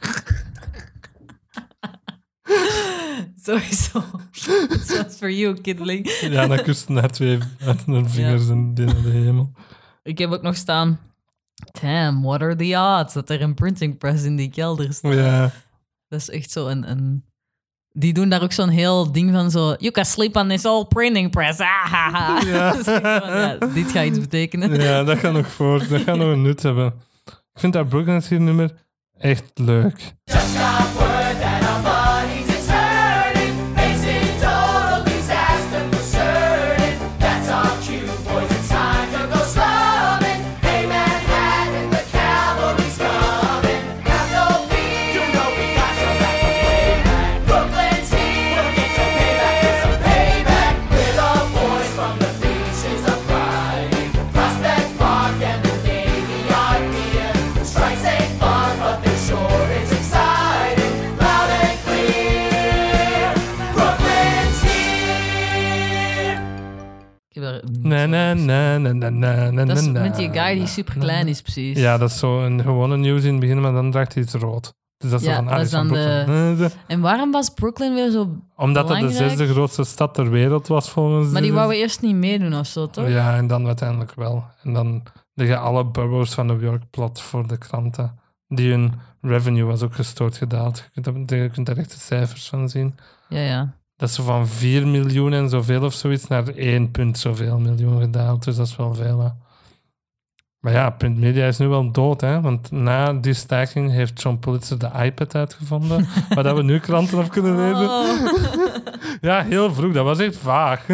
Sowieso. This was for you, Kid Bling. Ja, dan kusten naar 2 uit hun vingers en die naar de hemel. Ik heb ook nog staan... Damn, what are the odds dat er een printing press in die kelder staat? Ja. Dat is echt zo een... Die doen daar ook zo'n heel ding van zo... You can sleep on this old printing press. Ah, ha, ha. Ja. Dus ik van, ja, dit gaat iets betekenen. Ja, dat gaat nog voor. Dat gaat nog een nut hebben. Ik vind dat Brooklyn's hier nummer echt leuk. Just got word that our bodies is hurting, facing total disaster for certain. That's our cue, boys. It's time to go slumming. Hey, Manhattan, the cavalry's coming. Have no fear, you know we got your back from way back. Brooklyn's here, we'll get your payback with some payback. We're the boys from the beaches of pride. Prospect Park and the Navy Yard pier. Strikes ain't fun, but they sure is exciting. Loud and clear, Brooklyn's here. Ik heb daar... Na na na na na na na. Dat is na, met die guy die na, super na. klein is, precies. Ja, dat is zo een gewone nieuws in het begin, maar dan draagt hij iets rood. Dus dat is Ja, zo van, dat is van dan Brooklyn. En waarom was Brooklyn weer zo Omdat het de belangrijk? 6e grootste stad ter wereld was, volgens Maar die de- wouden eerst niet meedoen of zo, toch? Ja, en dan uiteindelijk wel. En dan liggen alle boroughs van New York plat voor de kranten. Die hun revenue was ook gestoord gedaald. Je kunt daar echt de cijfers van zien. Ja, ja. Dat is zo van 4 miljoen en zoveel of zoiets naar 1 punt zoveel miljoen gedaald. Dus dat is wel veel. Hè. Maar ja, printmedia is nu wel dood. Hè? Want na die staking heeft John Pulitzer de iPad uitgevonden. waar dat we nu kranten op kunnen lezen. Oh. Ja, heel vroeg. Dat was echt vaag.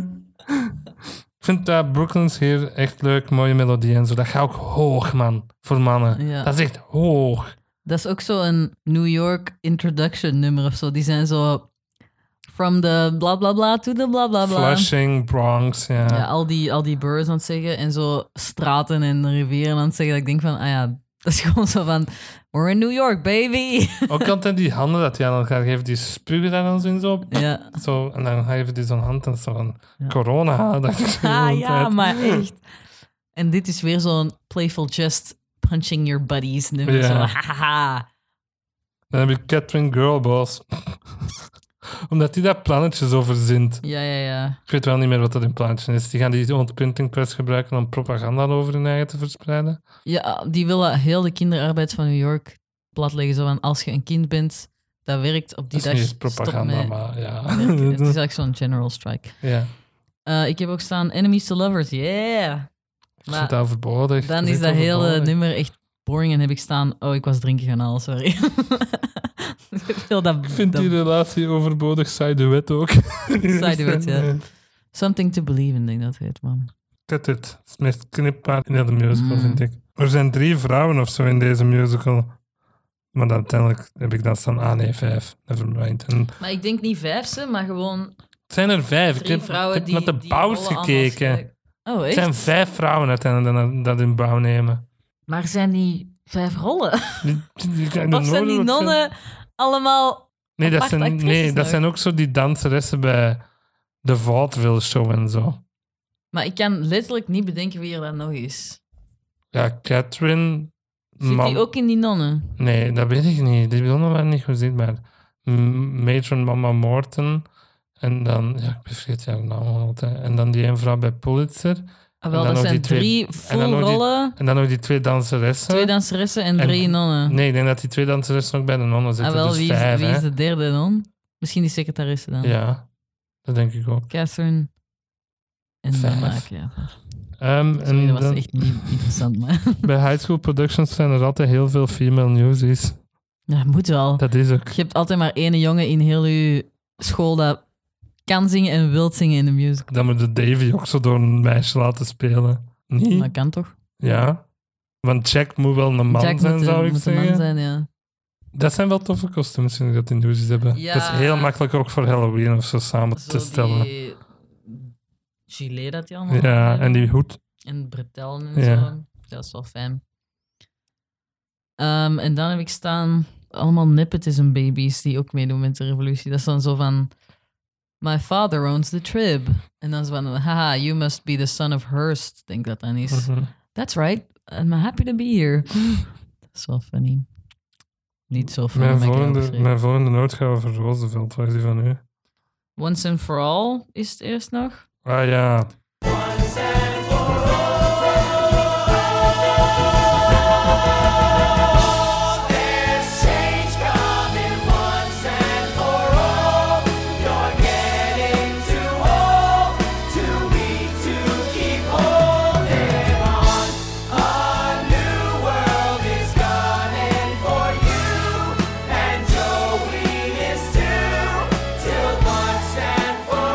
Ik vind dat Brooklyn's hier echt leuk. Mooie melodie en zo. Dat gaat ook hoog, man. Voor mannen. Ja. Dat is echt hoog. Dat is ook zo een New York introduction nummer of zo. Die zijn zo... From the bla bla bla to the bla bla bla. Flushing, Bronx, ja. Ja, al die boroughs aan het zeggen. En zo straten en rivieren aan het zeggen. Dat ik denk van, ah ja, dat is gewoon zo van... We're in New York, baby. Ook altijd die handen dat hij aan elkaar geeft. Die spugen daar dan zo in zo. Ja. Zo, en dan geven die zo'n hand en zo van Ja. corona. Dat is de hele Ah ja, tijd. maar echt. En dit is weer zo'n playful just punching your buddies nummer. Ja. Zo, hahaha. Dan heb je Catherine Girlboss. Omdat die dat plannetje zo verzint. Ja, ja, ja. Ik weet wel niet meer wat dat in plannetje is. Die gaan die ontpuntingpress gebruiken om propaganda over hun eigen te verspreiden. Ja, die willen heel de kinderarbeid van New York platleggen. Zo van, als je een kind bent, dat werkt op die Dat is dag. niet propaganda, stop met maar ja. werken. Het is eigenlijk zo'n general strike. ja. Ik heb ook staan Enemies to Lovers. Yeah! Ik vind dat overbodig. Dan Dat is dat echt hele overbodig. nummer echt boring en heb ik staan... Oh, ik was drinken gaan halen, sorry. Ik wil dat... Ik vind die relatie overbodig. Saai de wet ook. Saai de wet, ja. Something to Believe in, denk ik dat heet, man. Kijk dit. Het is het meest knipbaar in de musical, vind ik. Er zijn 3 vrouwen of zo in deze musical. Maar dan uiteindelijk heb ik dan staan, nee, 5. Nevermind. En Maar ik denk niet 5, maar gewoon het zijn er 5. 3 vrouwen ik heb met de die pauze rollen gekeken. allemaal Oh, Het echt? zijn 5 vrouwen uiteindelijk dat in bouw nemen. Maar zijn die 5 rollen? Die Of zijn die nonnen allemaal... Nee, dat aparte actrices nog? zijn ook zo die danseressen bij de Vaudeville Show en zo. Maar ik kan letterlijk niet bedenken wie er dan nog is. Ja, Catherine... Zit die ook in die nonnen? Nee, dat weet ik niet. Die nonnen waren niet goed zichtbaar. Matron Mama Morton. En dan... Ja, ik vergeet jouw naam altijd. En dan die een vrouw bij Pulitzer. Ah, wel, dan dat nog zijn die twee- 3 en full dan nog die- rollen, En dan nog die 2 danseressen. 2 danseressen en 3 nonnen. Nee, ik denk dat die 2 danseressen ook bij de nonnen zitten. Ah, wel, dus wie 5, is hè. de derde non? Misschien die secretaresse dan. Ja, dat denk ik ook. Catherine en 5. Maak, ja. En Sorry, dat was dan- echt niet interessant, maar... bij High School Productions zijn er altijd heel veel female newsies. Ja, moet wel. Dat is ook... Je hebt altijd maar 1 jongen in heel je school dat kan zingen en wil zingen in de musical. Dan moet de Davy ook zo door een meisje laten spelen. Niet? Dat kan toch? Ja. Want Jack moet wel een man Jack zijn, moet zou ik moet een zeggen. man zijn, ja. Dat zijn wel toffe kostuums, vind ik, dat die newsies hebben. Ja. Dat is heel makkelijk ook voor Halloween of zo samen te Zo stellen. die gilet dat die allemaal Ja, hebben. en die hoed. En bretellen en Ja. zo. Dat is wel fijn. En dan heb ik staan allemaal nepotism babies die ook meedoen met de revolutie. Dat is dan zo van... My father owns the Trib. En dan zo van... Haha, you must be the son of Hearst. Denk dat dan is. Mhm. That's right. I'm happy to be here. Dat is wel funny. Niet zo funny, Mijn volgende noot gaat over Roosevelt. Waar is die van u? Once and for all is het eerst nog. Ah ja. There's change coming once and for all. You're getting too old, too weak to keep holding on. A new world is coming for you, and Jolene is too. Till once and for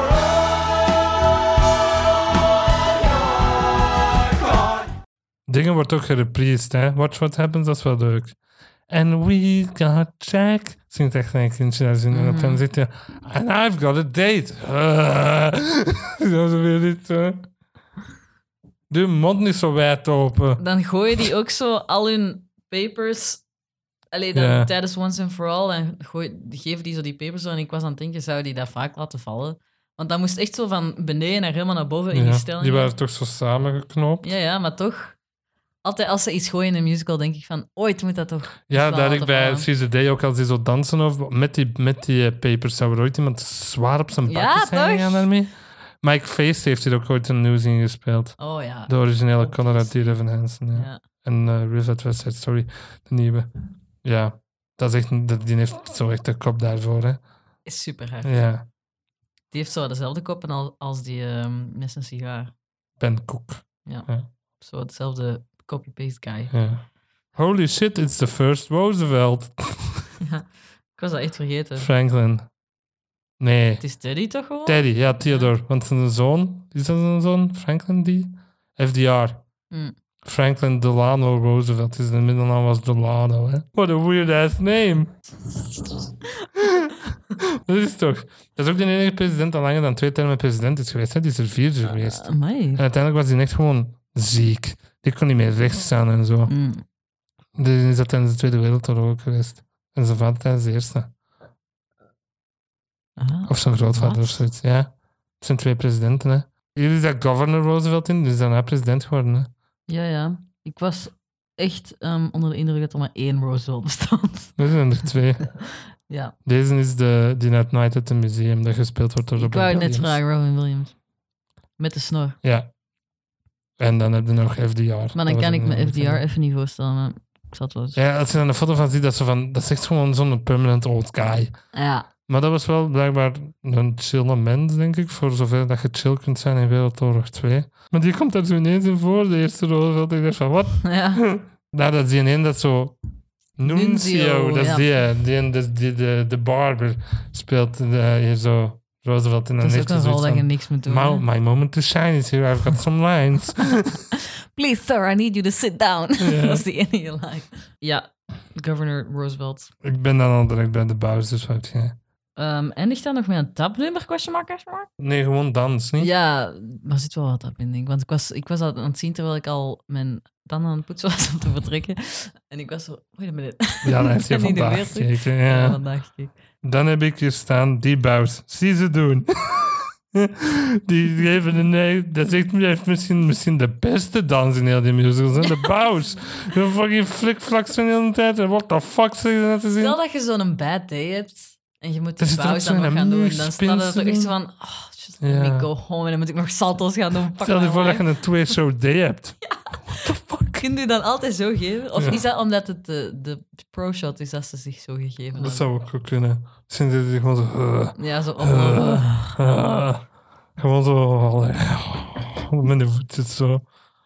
all, you're gone. Dingen wordt ook gereprised, hè. Watch What Happens, dat is wel leuk. And we got Jack. Zingt echt een kindje daar zin. En dan zit je... And I've got a date. Dat is weer niet zo. Doe je mond niet zo wijd open. Dan gooien die ook zo al hun papers... Allee, dan Ja. tijdens Once and for all en geven die zo die papers zo. En ik was aan het denken, zou die dat vaak laten vallen? Want dat moest echt zo van beneden naar helemaal naar boven in die Ja, stelling. die waren toch zo samengeknoopt? Ja, maar toch... Altijd als ze iets gooien in een musical, denk ik van... Ooit moet dat toch... Ja, wel daar ik laten bij vallen. Seize Day ook als die zo dansen of met die papers zou er ooit iemand zwaar op zijn Ja, bakjes zijn toch? gegaan daarmee. Mike Face heeft hier ook ooit een nieuws in gespeeld. Oh ja. De originele Conrad D. Revan Hansen. Ja. Ja. En River at West Side Story, de nieuwe. Ja, dat is echt, die heeft zo echt de kop daarvoor. Hè. Is super hard. Ja, Die heeft zo dezelfde kop als die met een sigaar. Ben Cook. Zo hetzelfde copy-paste guy. Ja. Holy shit, it's the first Roosevelt. Ik was dat echt vergeten. Franklin. Nee, Het is Teddy toch gewoon? Teddy, ja, Theodore. Want zijn zoon, is dat zijn zoon? Franklin D? FDR. Mm. Franklin Delano Roosevelt. Zijn middelnaam was Delano, hè? What a weird ass name. Dat is toch... Dat is ook de enige president dat langer dan 2 termen president is geweest. Hè? Die is er 4 geweest. Amai. En uiteindelijk was hij echt gewoon ziek. Die kon niet meer rechts staan en zo. Mm. Die is dat tijdens de Tweede Wereldoorlog ook geweest. En zijn vader tijdens de Eerste. Ah. Of zijn grootvader Wat? of zoiets, ja. Het zijn 2 presidenten, hè. Hier is dat governor Roosevelt in, dus daarna president geworden, hè. Ja. Ik was echt onder de indruk dat er maar 1 Roosevelt bestond. Er zijn er 2. Ja. Deze is die uit Night at the Museum, dat gespeeld wordt door Ik Robert wou het net Williams. vragen, Robin Williams. Met de snor. Ja. En dan heb je nog FDR. Maar dan kan ik me FDR even niet voorstellen. Maar ik zat wel eens. Ja, als je dan een foto van ziet, dat is echt gewoon zo'n permanent old guy. Ja. Maar dat was wel blijkbaar een chille mens, denk ik, voor zover dat je chill kunt zijn in Wereldoorlog 2. Maar die komt daar zo ineens in voor, de eerste Roosevelt. Ik dacht van, wat? Ja. Nou, dat is die een dat zo... Nuncio, dat is ja. de barber, speelt hier zo Roosevelt. En dan Dat is heeft ook hij een rol zoiets dat je van, niks moet doen. hè. My moment to shine is here, I've got some lines. Please, sir, I need you to sit down. Ja. Dat is die enige line. Ja, Governor Roosevelt. Ik ben dan al direct bij de Bouws, dus wat jij? Eindigt dan nog met een tapnummer, question mark? Nee, gewoon dans, niet? Ja, maar er zit wel wat tap in, denk ik. Want ik was aan het zien terwijl ik al mijn tanden aan het poetsen was om te vertrekken. En ik was zo, wait a minute. Ja, dan heeft hij En in de vandaag weer terug. gekeken. Ja, Ja. vandaag gekeken. Dan heb ik hier staan, die Bouws. Zie ze doen. Die geven een nee. Dat is echt misschien de beste dans in heel die musicals. Hè? De Bouws. De fucking flikflaks van de hele tijd. En what the fuck zeg je dat te zien? Stel dat je zo'n bad day hebt en je moet Er die zit er ook pauze dan nog zo'n gaan doen. Dan muurspin staat er toch echt te zo van, just let me Ja. go home. En dan moet ik nog salto's gaan doen. Fuck Stel je my voor dat life. je een twee-show day hebt. Kun je dan altijd zo geven? Of is dat omdat het de pro-shot is dat ze zich zo gegeven hebben? Dat zou ook goed kunnen. Misschien zitten die gewoon zo... Ja, zo gewoon zo... allee. Met de voetjes zo.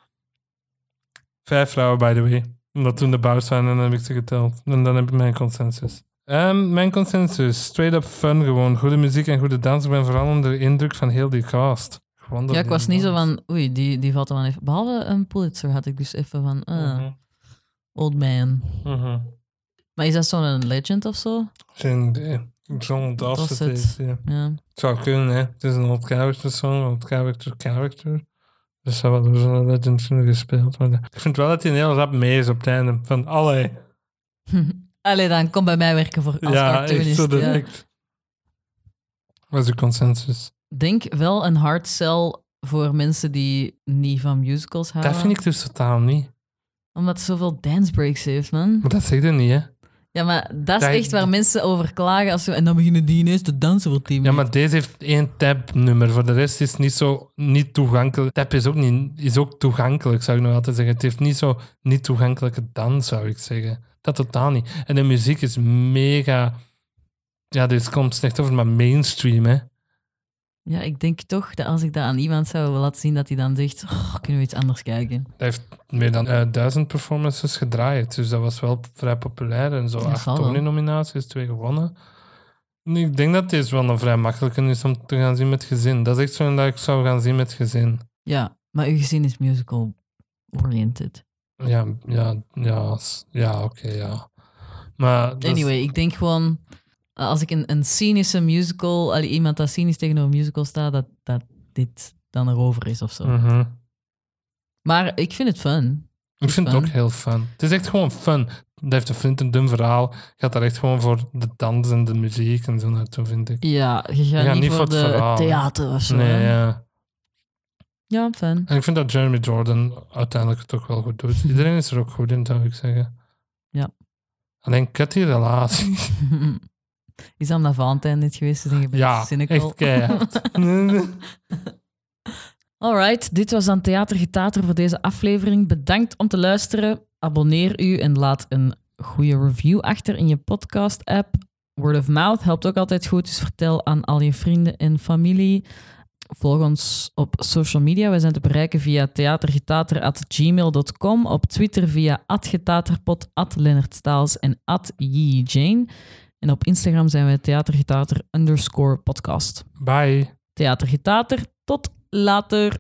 5 vrouwen, by the way. Omdat toen de Bouws waren, en dan heb ik ze geteld. En dan heb ik mijn consensus. Mijn consensus. Straight up fun gewoon. Goede muziek en goede dans. Ik ben vooral onder de indruk van heel die cast. Gewoon Ja, ik was niet zo van, oei, die valt er wel even... Behalve een Pulitzer had ik dus even van, old man. Maar is dat zo'n legend of zo? Geen idee. Ik zal het Dat was afzetten. het. Ja. Het zou kunnen, hè. Het is een old character song, old character. Dus zou wel door zo'n legend kunnen gespeeld worden. Ik vind wel dat hij een heel rap mee is op het einde. Van, allee. Allee, dan kom bij mij werken voor als Ja, cartoonist. echt zo Ja. direct. Wat is uw consensus? Denk wel een hard sell voor mensen die niet van musicals houden. Dat vind ik dus totaal niet. Omdat het zoveel dance breaks heeft, man. Maar dat zeg je niet, hè. Ja, maar dat is Dat- echt waar mensen over klagen. Als ze, en dan beginnen die ineens te dansen voor 10 Ja, minuten. maar deze heeft 1 tab-nummer. Voor de rest is het niet toegankelijk. Tab is ook toegankelijk, zou ik nog altijd zeggen. Het heeft niet zo niet toegankelijke dans, zou ik zeggen. Dat totaal niet. En de muziek is mega... Ja, dit komt slecht over, maar mainstream, hè. Ja, ik denk toch dat als ik dat aan iemand zou laten zien, dat hij dan zegt, kunnen we iets anders kijken? Dat heeft meer dan 1000 performances gedraaid. Dus dat was wel vrij populair. En zo Dat 8 zal wel. Tony-nominaties, 2 gewonnen. En ik denk dat deze wel een vrij makkelijke is om te gaan zien met gezin. Dat is echt zo dat ik zou gaan zien met gezin. Ja, maar uw gezin is musical-oriented. Ja, oké, ja. Maar dat is- Anyway, ik denk gewoon, als ik een cynische musical, iemand dat cynisch tegenover een musical staat, dat dit dan erover is of zo. Mhm. Maar ik vind het fun. Ik vind het fun. ook heel fun. Het is echt gewoon fun. Dat heeft een flint en dun verhaal. Je gaat daar echt gewoon voor de dans en de muziek en zo naartoe, vind ik. Ja, je gaat niet voor het de verhaal. theater of zo. Nee, hè? ja. Ja, fun. En ik vind dat Jeremy Jordan uiteindelijk het ook wel goed doet. Iedereen is er ook goed in, zou ik zeggen. Ja. Alleen kut die relatie. Is dat omdat Valentijn net geweest is en je bent Ja, cynical? echt keihard. Alright, dit was dan Theatergetater voor deze aflevering. Bedankt om te luisteren. Abonneer u en laat een goede review achter in je podcast-app. Word of mouth helpt ook altijd goed, dus vertel aan al je vrienden en familie. Volg ons op social media. Wij zijn te bereiken via theatergetater@gmail.com, op Twitter via @getaterpot, @LeonardStaals en @YeeJane. En op Instagram zijn wij theatergetater_podcast. Bye. Theatergetater, tot later.